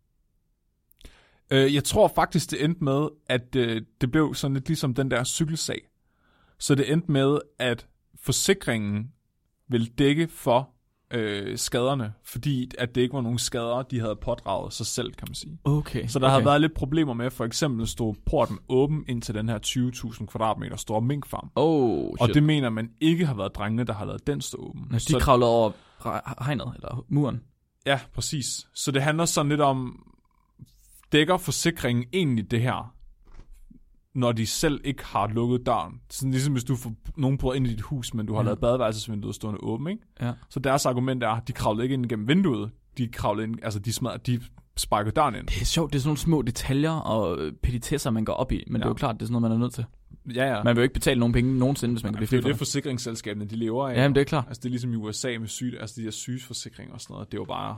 [SPEAKER 2] Jeg tror faktisk, det endte med, at det blev sådan lidt ligesom den der cykelsag. Så det endte med, at forsikringen ville dække for skaderne, fordi at det ikke var nogen skader, de havde pådraget sig selv, kan man sige.
[SPEAKER 1] Okay.
[SPEAKER 2] Så der havde været lidt problemer med, for eksempel stod porten åben ind til den her 20.000 kvadratmeter store minkfarm. Og det mener man ikke har været drengene, der har lavet den stå åben.
[SPEAKER 1] Når de kravlede over hegnet, eller muren.
[SPEAKER 2] Ja, præcis. Så det handler sådan lidt om, dækker forsikringen egentlig det her, når de selv ikke har lukket døren? Sådan ligesom hvis du får nogen bryder ind i dit hus, men du har lavet badeværelsesvinduet stående åben, ikke?
[SPEAKER 1] Ja.
[SPEAKER 2] Så deres argument er, at de kravlede ikke ind gennem vinduet, de kravlede ind, altså de sparkede døren ind.
[SPEAKER 1] Det er sjovt, det er sådan nogle små detaljer og petitesser, man går op i, men det er jo klart, det er sådan noget, man er nødt til.
[SPEAKER 2] Ja.
[SPEAKER 1] Man vil jo ikke betale nogen penge nogensinde, hvis man kan blive fri for
[SPEAKER 2] det. Det er forsikringsselskaberne, de lever af.
[SPEAKER 1] Ja, men det er klart.
[SPEAKER 2] Altså det er ligesom i USA med altså de der sygeforsikringer og sådan noget, det er jo bare...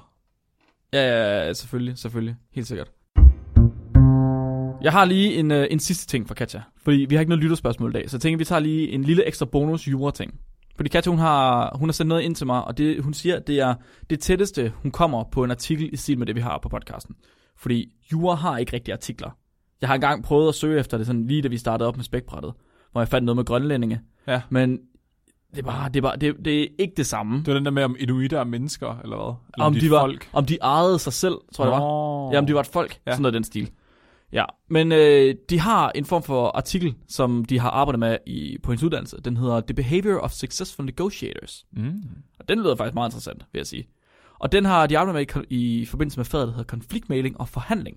[SPEAKER 1] Ja, selvfølgelig. Helt sikkert. Jeg har lige en sidste ting for Katja, fordi vi har ikke noget lytterspørgsmål i dag, så jeg tænker, vi tager lige en lille ekstra bonus jura-ting. Fordi Katja, hun har sendt noget ind til mig, og det, hun siger, det er det tætteste, hun kommer på en artikel i stil med det, vi har på podcasten. Fordi jura har ikke rigtige artikler. Jeg har engang prøvet at søge efter det, sådan lige da vi startede op med spækbrættet, hvor jeg fandt noget med grønlændinge. Ja. Men det er ikke det samme.
[SPEAKER 2] Det var den der med, om inuitter er mennesker, eller hvad? Eller
[SPEAKER 1] om de ejede sig selv, tror jeg det var. Ja, om de var et folk, sådan noget den stil. Ja, men de har en form for artikel, som de har arbejdet med på hendes uddannelse. Den hedder The Behavior of Successful Negotiators. Og den lyder faktisk meget interessant, vil jeg sige. Og den har de arbejdet med i forbindelse med faget, der hedder konfliktmægling og forhandling.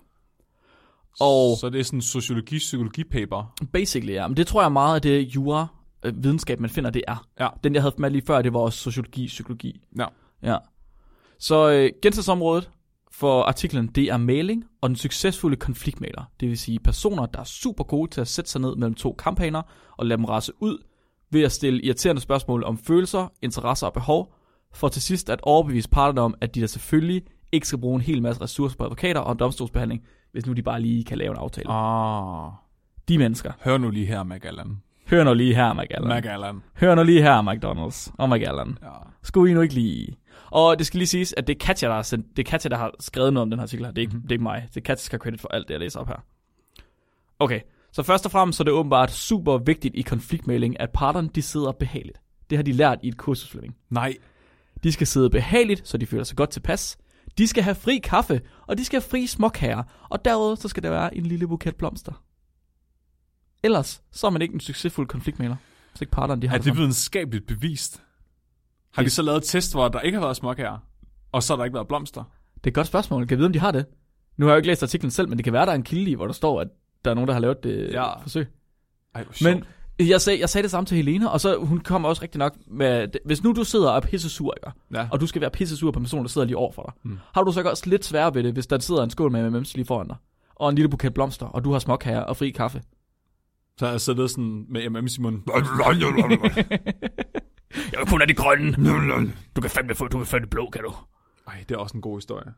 [SPEAKER 2] Og så det er sådan en psykologi-paper?
[SPEAKER 1] Basically, ja. Men det tror jeg meget af det jura-videnskab, man finder, det er. Ja. Den, jeg havde med lige før, det var også psykologi. Ja. Så genstandsområdet for artiklen, det er mægling og den succesfulde konfliktmægler. Det vil sige personer, der er super gode til at sætte sig ned mellem to kamphaner og lade dem rase ud ved at stille irriterende spørgsmål om følelser, interesser og behov, for til sidst at overbevise parterne om, at de der selvfølgelig ikke skal bruge en hel masse ressourcer på advokater og domstolsbehandling, hvis nu de bare lige kan lave en aftale.
[SPEAKER 2] Ah.
[SPEAKER 1] De mennesker.
[SPEAKER 2] Hør nu lige her, McAllen.
[SPEAKER 1] Hør nu lige her, McAllen. Hør nu lige her, McDonald's og McAllen. Ja. Skulle I nu ikke lige... Og det skal lige siges, at det er Katja, der har skrevet noget om den her artikel her. Det er ikke mig. Det er Katja, der skal have credit for alt det, jeg læser op her. Okay, så først og fremmest så er det åbenbart super vigtigt i konfliktmægling, at parterne de sidder behageligt. Det har de lært i et kursus, Flemming.
[SPEAKER 2] Nej.
[SPEAKER 1] De skal sidde behageligt, så de føler sig godt tilpas. De skal have fri kaffe, og de skal have fri småkager. Og derudover så skal der være en lille buket blomster. Ellers så er man ikke en succesfuld konfliktmægler. Så ikke parterne, de har
[SPEAKER 2] det sådan. Videnskabeligt bevist? Har de så lavet et test, hvor der ikke har været småkager, og så har der ikke været blomster?
[SPEAKER 1] Det er et godt spørgsmål. Kan jeg vide, om de har det? Nu har jeg jo ikke læst artiklen selv, men det kan være, der er en kilde i, hvor der står, at der er nogen, der har lavet det forsøg.
[SPEAKER 2] Ej,
[SPEAKER 1] men jeg sagde det samme til Helena, og så hun kommer også rigtig nok med, hvis nu du sidder og er pissesur, og du skal være pissesur på en person, der sidder lige over for dig, har du så også lidt svært ved det, hvis der sidder en skål med M&M's lige foran dig, og en lille buket blomster, og du har småkager og fri kaffe.
[SPEAKER 2] Så jeg sidder sådan med M&M's i munden.
[SPEAKER 1] Jeg vil kun have de grønne. Du kan fandme blå, kan du?
[SPEAKER 2] Ej, det er også en god historie.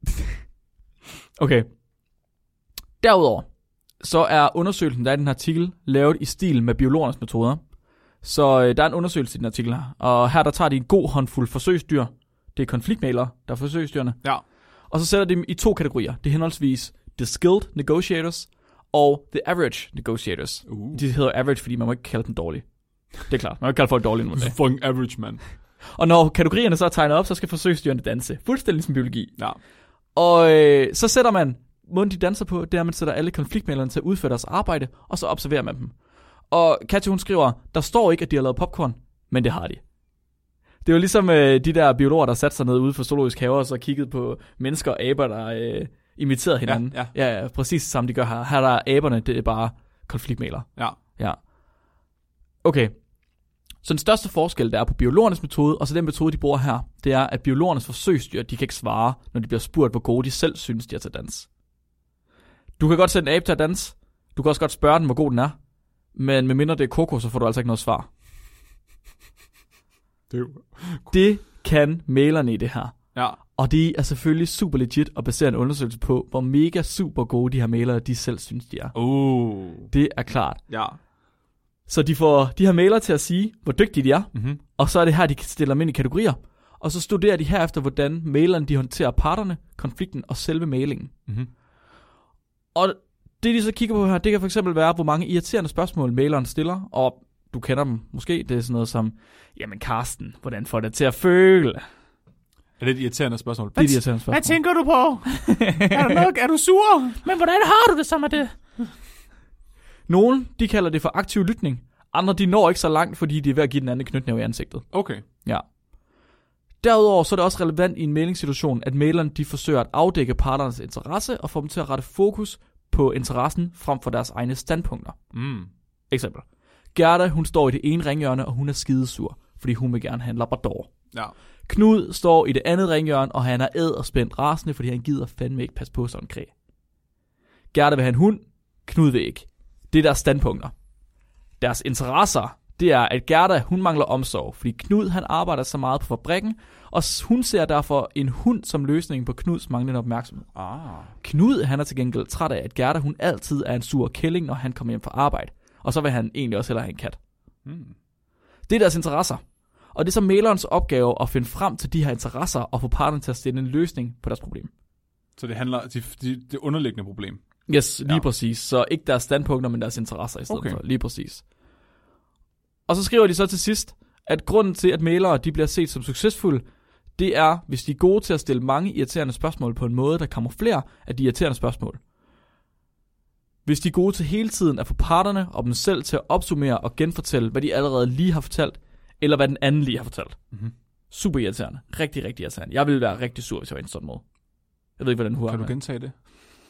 [SPEAKER 1] Okay. Derudover, så er undersøgelsen, der er i den her artikel, lavet i stil med biologernes metoder. Så der er en undersøgelse i den artikel her. Og her der tager de en god håndfuld forsøgsdyr. Det er konfliktmæglere, der er forsøgsdyrene.
[SPEAKER 2] Ja.
[SPEAKER 1] Og så sætter de dem i 2 kategorier. Det er henholdsvis the skilled negotiators og the average negotiators. De hedder average, fordi man må ikke kalde dem dårlige. Det er klart. Man må ikke kalde folk dårlige nu.
[SPEAKER 2] Du er fucking average, man.
[SPEAKER 1] Og når kategorierne så er tegnet op, så skal forsøgsdyrene danse. Fuldstændig som biologi.
[SPEAKER 2] Ja.
[SPEAKER 1] Og så sætter man, måden de danser på, det er, at man sætter alle konfliktmæglerne til at udføre deres arbejde, og så observerer man dem. Og Katja, hun skriver, der står ikke, at de har lavet popcorn, men det har de. Det var ligesom de der biologer, der satte sig ned ude for zoologisk have, og så kiggede på mennesker og aber, der imiterede hinanden. Ja, præcis det samme, de gør her. Her der er aberne, det er bare konfliktmæglere. Ja. Okay. Så den største forskel, der er på biologernes metode, og så den metode, de bruger her, det er, at biologernes forsøgsdyr, de kan ikke svare, når de bliver spurgt, hvor gode de selv synes, de er til dans. Du kan godt sætte en abe til at danse. Du kan også godt spørge den, hvor god den er. Men medmindre det er koko, så får du altså ikke noget svar. Det kan mælerne i det her.
[SPEAKER 2] Ja.
[SPEAKER 1] Og det er selvfølgelig super legit at basere en undersøgelse på, hvor mega super gode de her mælere, de selv synes, de er. Det er klart.
[SPEAKER 2] Ja.
[SPEAKER 1] Så de får de her mailere til at sige, hvor dygtige de er, og så er det her, de stiller dem ind i kategorier, og så studerer de herefter, hvordan mailerne de håndterer parterne, konflikten og selve mailingen. Og det de så kigger på her, det kan for eksempel være, hvor mange irriterende spørgsmål maileren stiller, og du kender dem måske, det er sådan noget som, jamen Karsten, hvordan får det til at føle?
[SPEAKER 2] Er det et irriterende spørgsmål?
[SPEAKER 1] Det er et irriterende spørgsmål.
[SPEAKER 2] Hvad tænker du på? Er du sur?
[SPEAKER 1] Men hvordan har du det så med det? Nogle, de kalder det for aktiv lytning. Andre, de når ikke så langt, fordi de er ved at give den anden knytnæve i ansigtet.
[SPEAKER 2] Okay.
[SPEAKER 1] Ja. Derudover så er det også relevant i en mailingssituation, at mailerne de forsøger at afdække parternes interesse og få dem til at rette fokus på interessen frem for deres egne standpunkter. Eksempel. Gerda, hun står i det ene ringhjørne, og hun er skidesur, fordi hun vil gerne have en labrador.
[SPEAKER 2] Ja.
[SPEAKER 1] Knud står i det andet ringhjørne, og han er edderspændt rasende, fordi han gider fandme ikke passe på sådan en kræ. Gerda vil have en hund, Knud vil ikke. Det er deres standpunkter. Deres interesser, det er, at Gerda, hun mangler omsorg, fordi Knud, han arbejder så meget på fabrikken, og hun ser derfor en hund som løsning på Knuds manglende opmærksomhed. Knud, han er til gengæld træt af, at Gerda, hun altid er en sur kælling, når han kommer hjem fra arbejde. Og så vil han egentlig også hellere have en kat. Det er deres interesser. Og det er så mailerens opgave at finde frem til de her interesser og få parterne til at stille en løsning på deres problem.
[SPEAKER 2] Så det handler om det underliggende problem?
[SPEAKER 1] Yes, lige præcis. Så ikke deres standpunkter, men deres interesser i stedet for. Lige præcis. Og så skriver de så til sidst, at grunden til, at mailere de bliver set som succesfulde, det er, hvis de er gode til at stille mange irriterende spørgsmål på en måde, der kamuflerer af de irriterende spørgsmål. Hvis de er gode til hele tiden at få parterne og dem selv til at opsummere og genfortælle, hvad de allerede lige har fortalt, eller hvad den anden lige har fortalt. Super irriterende. Rigtig, rigtig irriterende. Jeg ville være rigtig sur, hvis jeg var en sådan måde. Jeg ved ikke, hvordan hun
[SPEAKER 2] Kan du gentage det?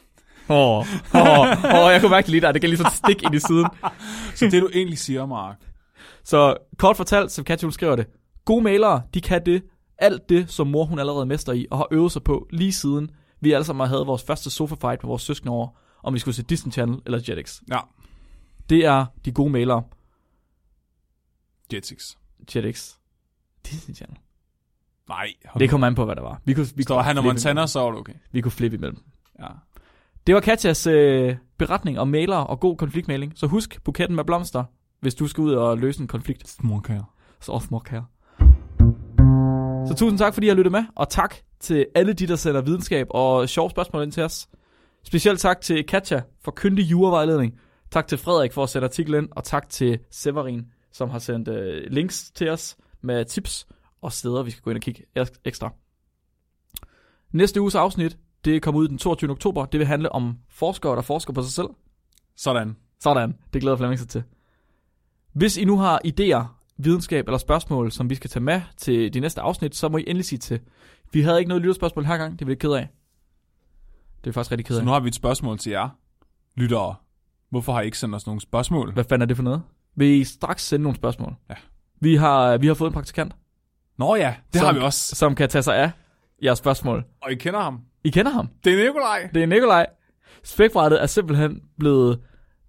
[SPEAKER 1] Jeg kunne mærke lige der. Det kan lige sådan stik ind i siden.
[SPEAKER 2] Så det du egentlig siger, Mark.
[SPEAKER 1] Så kort fortalt, som Katja skriver det. Gode mailere, de kan det. Alt det, som mor hun allerede mester i, og har øvet sig på lige siden. Vi alle sammen havde vores første sofa-fight på vores søskende år, om vi skulle se Disney Channel eller Jetix.
[SPEAKER 2] Ja.
[SPEAKER 1] Det er de gode mailere. Jetix. Disney Channel.
[SPEAKER 2] Nej.
[SPEAKER 1] Det kom an på, hvad der var.
[SPEAKER 2] Står han og Montana, så var det okay.
[SPEAKER 1] Vi kunne flippe imellem.
[SPEAKER 2] Ja.
[SPEAKER 1] Det var Katjas beretning om mailere og god konfliktmægling. Så husk buketten med blomster. hvis du skal ud og løse en konflikt.
[SPEAKER 2] Småkager.
[SPEAKER 1] Så småkager. Så tusind tak, fordi I har lyttet med, og tak til alle de, der sender videnskab og sjove spørgsmål ind til os. Specielt tak til Katja for kyndig jurevejledning. Tak til Frederik for at sætte artiklen ind, og tak til Severin, som har sendt links til os med tips og steder, vi skal gå ind og kigge ekstra. Næste uges afsnit, det kommer ud den 22. oktober. Det vil handle om forskere, der forsker på sig selv.
[SPEAKER 2] Sådan.
[SPEAKER 1] Det glæder Flemming sig til. Hvis I nu har idéer, videnskab eller spørgsmål, som vi skal tage med til de næste afsnit, så må I endelig sige til. Vi havde ikke noget lytterspørgsmål her gang, det er vi lidt ked af. Det er faktisk rigtig ked af.
[SPEAKER 2] Så nu har vi et spørgsmål til jer, lyttere. Hvorfor har I ikke sendt os nogle spørgsmål?
[SPEAKER 1] Hvad fanden er det for noget? Vil I straks sende nogle spørgsmål?
[SPEAKER 2] Ja.
[SPEAKER 1] Vi har fået en praktikant.
[SPEAKER 2] Nå ja, det har vi også.
[SPEAKER 1] Som kan tage sig af jeres spørgsmål.
[SPEAKER 2] Og I kender ham?
[SPEAKER 1] I kender ham?
[SPEAKER 2] Det er Nikolaj.
[SPEAKER 1] Det er Nikolaj. Spækbrættet er simpelthen blevet...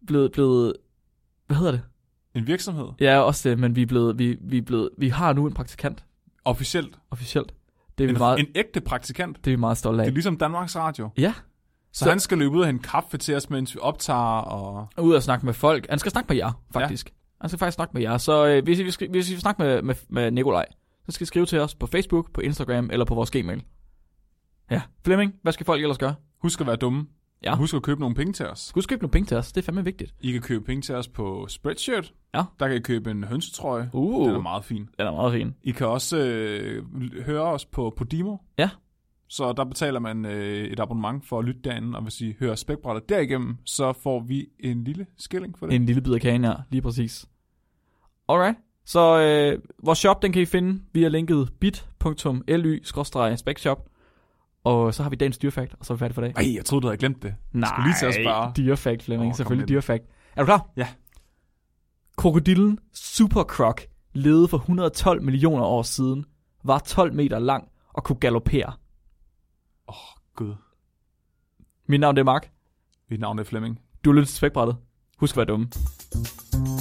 [SPEAKER 1] Hvad hedder det?
[SPEAKER 2] En virksomhed?
[SPEAKER 1] Ja, også det, men vi har nu en praktikant.
[SPEAKER 2] Officielt?
[SPEAKER 1] Det er
[SPEAKER 2] en ægte praktikant?
[SPEAKER 1] Det er vi meget stolte af.
[SPEAKER 2] Det er ligesom Danmarks Radio?
[SPEAKER 1] Ja.
[SPEAKER 2] Så han skal løbe ud og hente kaffe til os, mens vi optager og...
[SPEAKER 1] Ud og snakke med folk. Han skal snakke med jer, faktisk. Ja. Han skal faktisk snakke med jer. Så hvis I vil snakke med Nikolaj, så skal I skrive til os på Facebook, på Instagram eller på vores Gmail. Ja. Flemming, hvad skal folk ellers gøre?
[SPEAKER 2] Husk at være dumme.
[SPEAKER 1] Ja.
[SPEAKER 2] Husk at købe nogle penge til os.
[SPEAKER 1] Husk at købe nogle penge til os. Det er fandme vigtigt.
[SPEAKER 2] I kan købe penge til os på Spreadshirt.
[SPEAKER 1] Ja.
[SPEAKER 2] Der kan I købe en hønsetrøje. Den er meget fin. I kan også høre os på Podimo.
[SPEAKER 1] Ja.
[SPEAKER 2] Så der betaler man et abonnement for at lytte derinde. Og hvis I hører Spækbrættet derigennem, så får vi en lille skilling for det.
[SPEAKER 1] En lille bid af kagen, ja. Lige præcis. Alright. Så vores shop, den kan I finde via linket bit.ly/specshop. Og så har vi dagens dyrefakt, og så er vi færdige for dag.
[SPEAKER 2] Ej, jeg troede, du havde glemt det.
[SPEAKER 1] Nej, dyrefakt, Flemming. Selvfølgelig dyrefakt. Er du klar?
[SPEAKER 2] Ja.
[SPEAKER 1] Krokodillen Super Croc levede for 112 millioner år siden, var 12 meter lang og kunne galoppere.
[SPEAKER 2] Gud.
[SPEAKER 1] Mit navn er Mark.
[SPEAKER 2] Mit navn er Flemming.
[SPEAKER 1] Du lytter til Spækbrættet. Husk at være dumme.